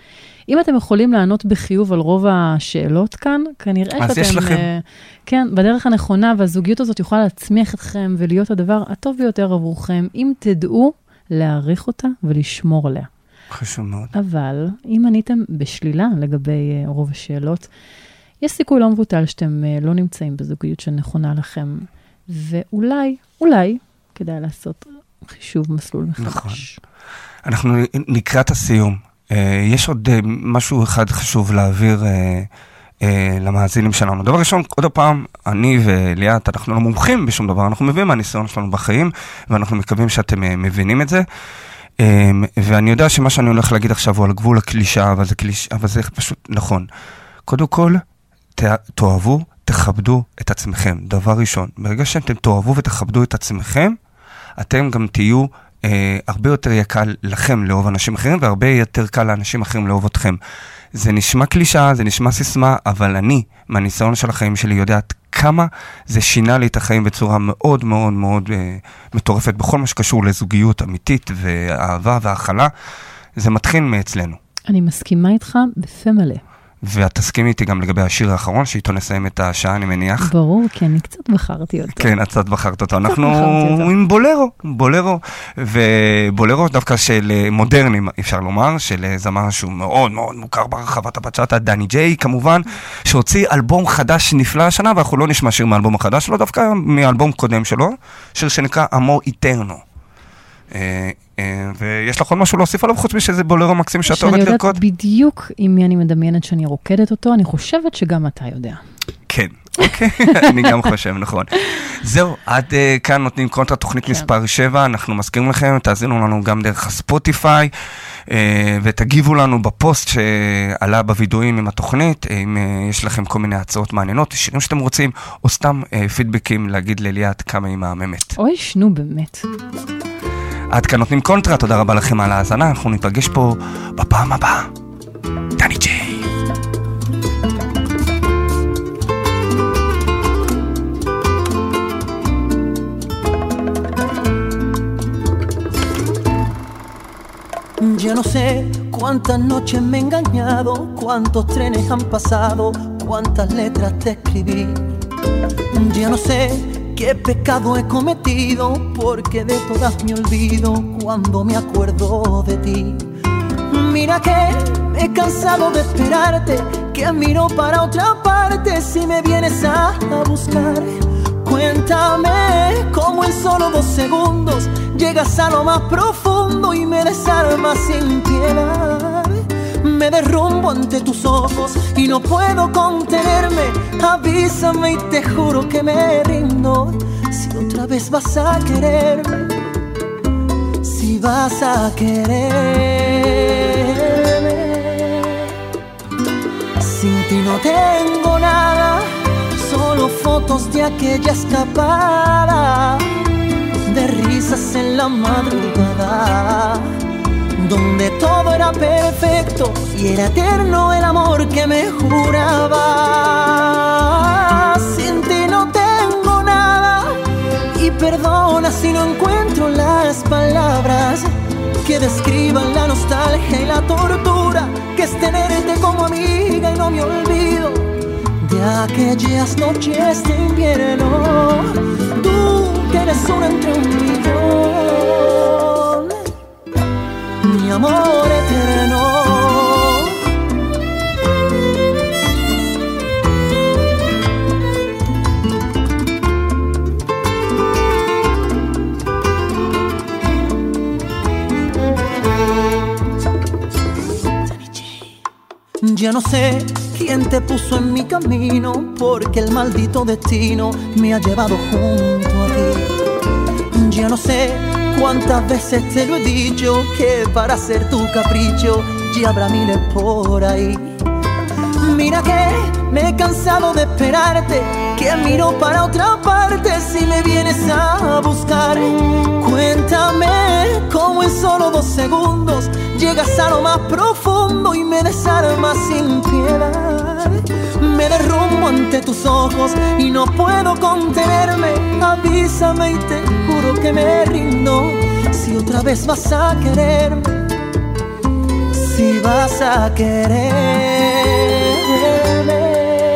Speaker 2: אם אתם יכולים לענות בחיוב על רוב השאלות כאן, כנראה שאתם...
Speaker 3: אז יש לכם.
Speaker 2: כן, בדרך הנכונה, והזוגיות הזאת יוכל להצמיח אתכם ולהיות הדבר הטוב ביותר עבורכם, אם תדעו להעריך אותה ולשמור עליה.
Speaker 3: חשוב מאוד.
Speaker 2: אבל אם עניתם בשלילה לגבי רוב השאלות, יש סיכוי לא מבוטל שאתם לא נמצאים בזוגיות שנכונה לכם, ואולי, אולי, כדאי לעשות חישוב מסלול מחדש. נכון.
Speaker 3: אנחנו לקראת הסיום. יש עוד משהו אחד חשוב להעביר למאזינים שלנו. דבר ראשון, עוד פעם, אני וליאת, אנחנו לא מומחים בשום דבר, אנחנו מביאים מהניסיון שלנו בחיים, ואנחנו מקווים שאתם מבינים את זה. ואני יודע שמה שאני הולך להגיד עכשיו הוא על גבול הקלישה, אבל זה, קליש, אבל זה פשוט נכון. קודם כל, תאהבו, תכבדו את עצמכם. דבר ראשון, ברגע שאתם תאהבו ותכבדו את עצמכם, אתם גם תהיו אה, הרבה יותר יקל לכם לאהוב אנשים אחרים, והרבה יותר קל לאנשים אחרים לאהוב אתכם. זה נשמע קלישה, זה נשמע סיסמה, אבל אני, מהניסיון של החיים שלי, יודעת כמה זה שינה לי את החיים בצורה מאוד מאוד מאוד אה, מטורפת, בכל מה שקשור לזוגיות אמיתית ואהבה והאכלה. זה מתחיל מאצלנו.
Speaker 2: אני מסכימה איתך בפה מלא.
Speaker 3: ואת תסכימי איתי גם לגבי השיר האחרון, שאיתו נסיים את השעה, אני מניח.
Speaker 2: ברור, כי אני קצת בחרתי אותו.
Speaker 3: כן, את קצת בחרת אותו. אנחנו עם בולרו, בולרו, ובולרו דווקא של מודרנים, אפשר לומר, של זמר שהוא מאוד מאוד מוכר ברחבת הבצ'אטה, דני ג'יי, כמובן, שהוציא אלבום חדש נפלא השנה, ואנחנו לא נשמע שיר מאלבום החדש שלו, דווקא מאלבום קודם שלו, שיר שנקרא אמור איטרנו. ויש לך עוד משהו להוסיף עליו חוץ משזה בולרו מקסים שאת אוהבת לרקוד?
Speaker 2: שאני יודעת בדיוק עם מי אני מדמיינת שאני רוקדת אותו, אני חושבת שגם אתה יודע.
Speaker 3: כן, אוקיי, אני גם חושב, נכון. זהו, עד כאן נותנים קונטרה תוכנית מספר שבע, אנחנו מזכירים לכם, תאזינו לנו גם דרך הספוטיפיי, ותגיבו לנו בפוסט שעלה בווידאוים עם התוכנית, אם יש לכם כל מיני הצעות מעניינות, שירים שאתם רוצים, או סתם פידבקים להגיד לליאת כמה היא מהממת.
Speaker 2: אוי, שנו באמת.
Speaker 3: עד כאן נותנים קונטרה, תודה רבה לכם על ההאזנה, אנחנו ניפגש פה בפעם הבאה. דני ג'יי.
Speaker 5: Ya no sé cuántas noches me he engañado, cuántos trenes han pasado, cuántas letras te escribí. Ya no sé qué pecado he cometido, porque de todas me olvido cuando me acuerdo de ti. Mira que me he cansado de esperarte, que miro para otra parte si me vienes a buscar. Cuéntame cómo en solo dos segundos llegas a lo más profundo y me desarmas sin piedad. Me derrumbo ante tus ojos y no puedo contenerme. Avísame y te juro que me rindo. Si otra vez vas a quererme, si vas a quererme. Sin ti no tengo nada, solo fotos de aquella escapada, de risas en la madrugada, donde todo era perfecto y era eterno el amor que me juraba. Sin ti no tengo nada y perdona si no encuentro las palabras que describan la nostalgia y la tortura que es tenerte como amiga y no me olvido de aquellas noches de invierno. Tú que eres una entre un millón, mi amor eterno. Ya no sé quién te puso en mi camino, porque el maldito destino me ha llevado junto a ti. Ya no sé cuántas veces te lo he dicho, que para ser tu capricho ya habrá miles por ahí. Mira que me he cansado de esperarte, que miro para otra parte si me vienes a buscar. Cuéntame cómo en solo dos segundos llegas a lo más profundo y me desarmas sin piedad. Me derrumbo ante tus ojos y no puedo contenerme. Avísame y te juro que me rindo. Si otra vez vas a quererme, si vas a quererme.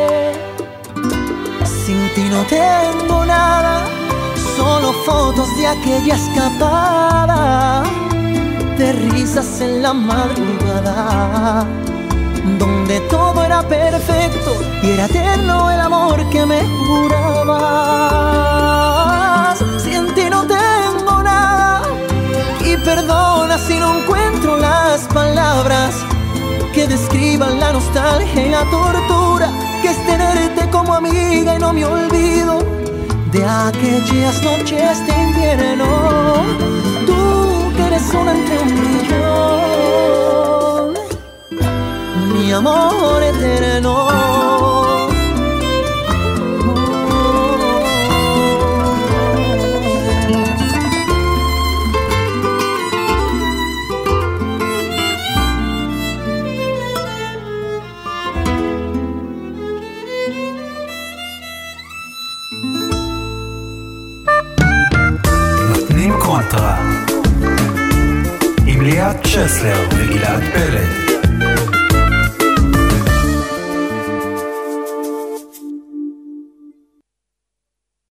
Speaker 5: Sin ti no tengo nada, solo fotos de aquella escapada, de risas en la madrugada, donde todo era perfecto y era eterno el amor que me jurabas. Sin ti no tengo nada y perdona si no encuentro las palabras que describan la nostalgia y la tortura que es tenerte como amiga y no me olvido de aquellas noches de invierno. Tú que eres una entre un millón, mi amor eterno.
Speaker 1: נותנים קונטרה עם ליאת צ'סלר וגלעד פלד.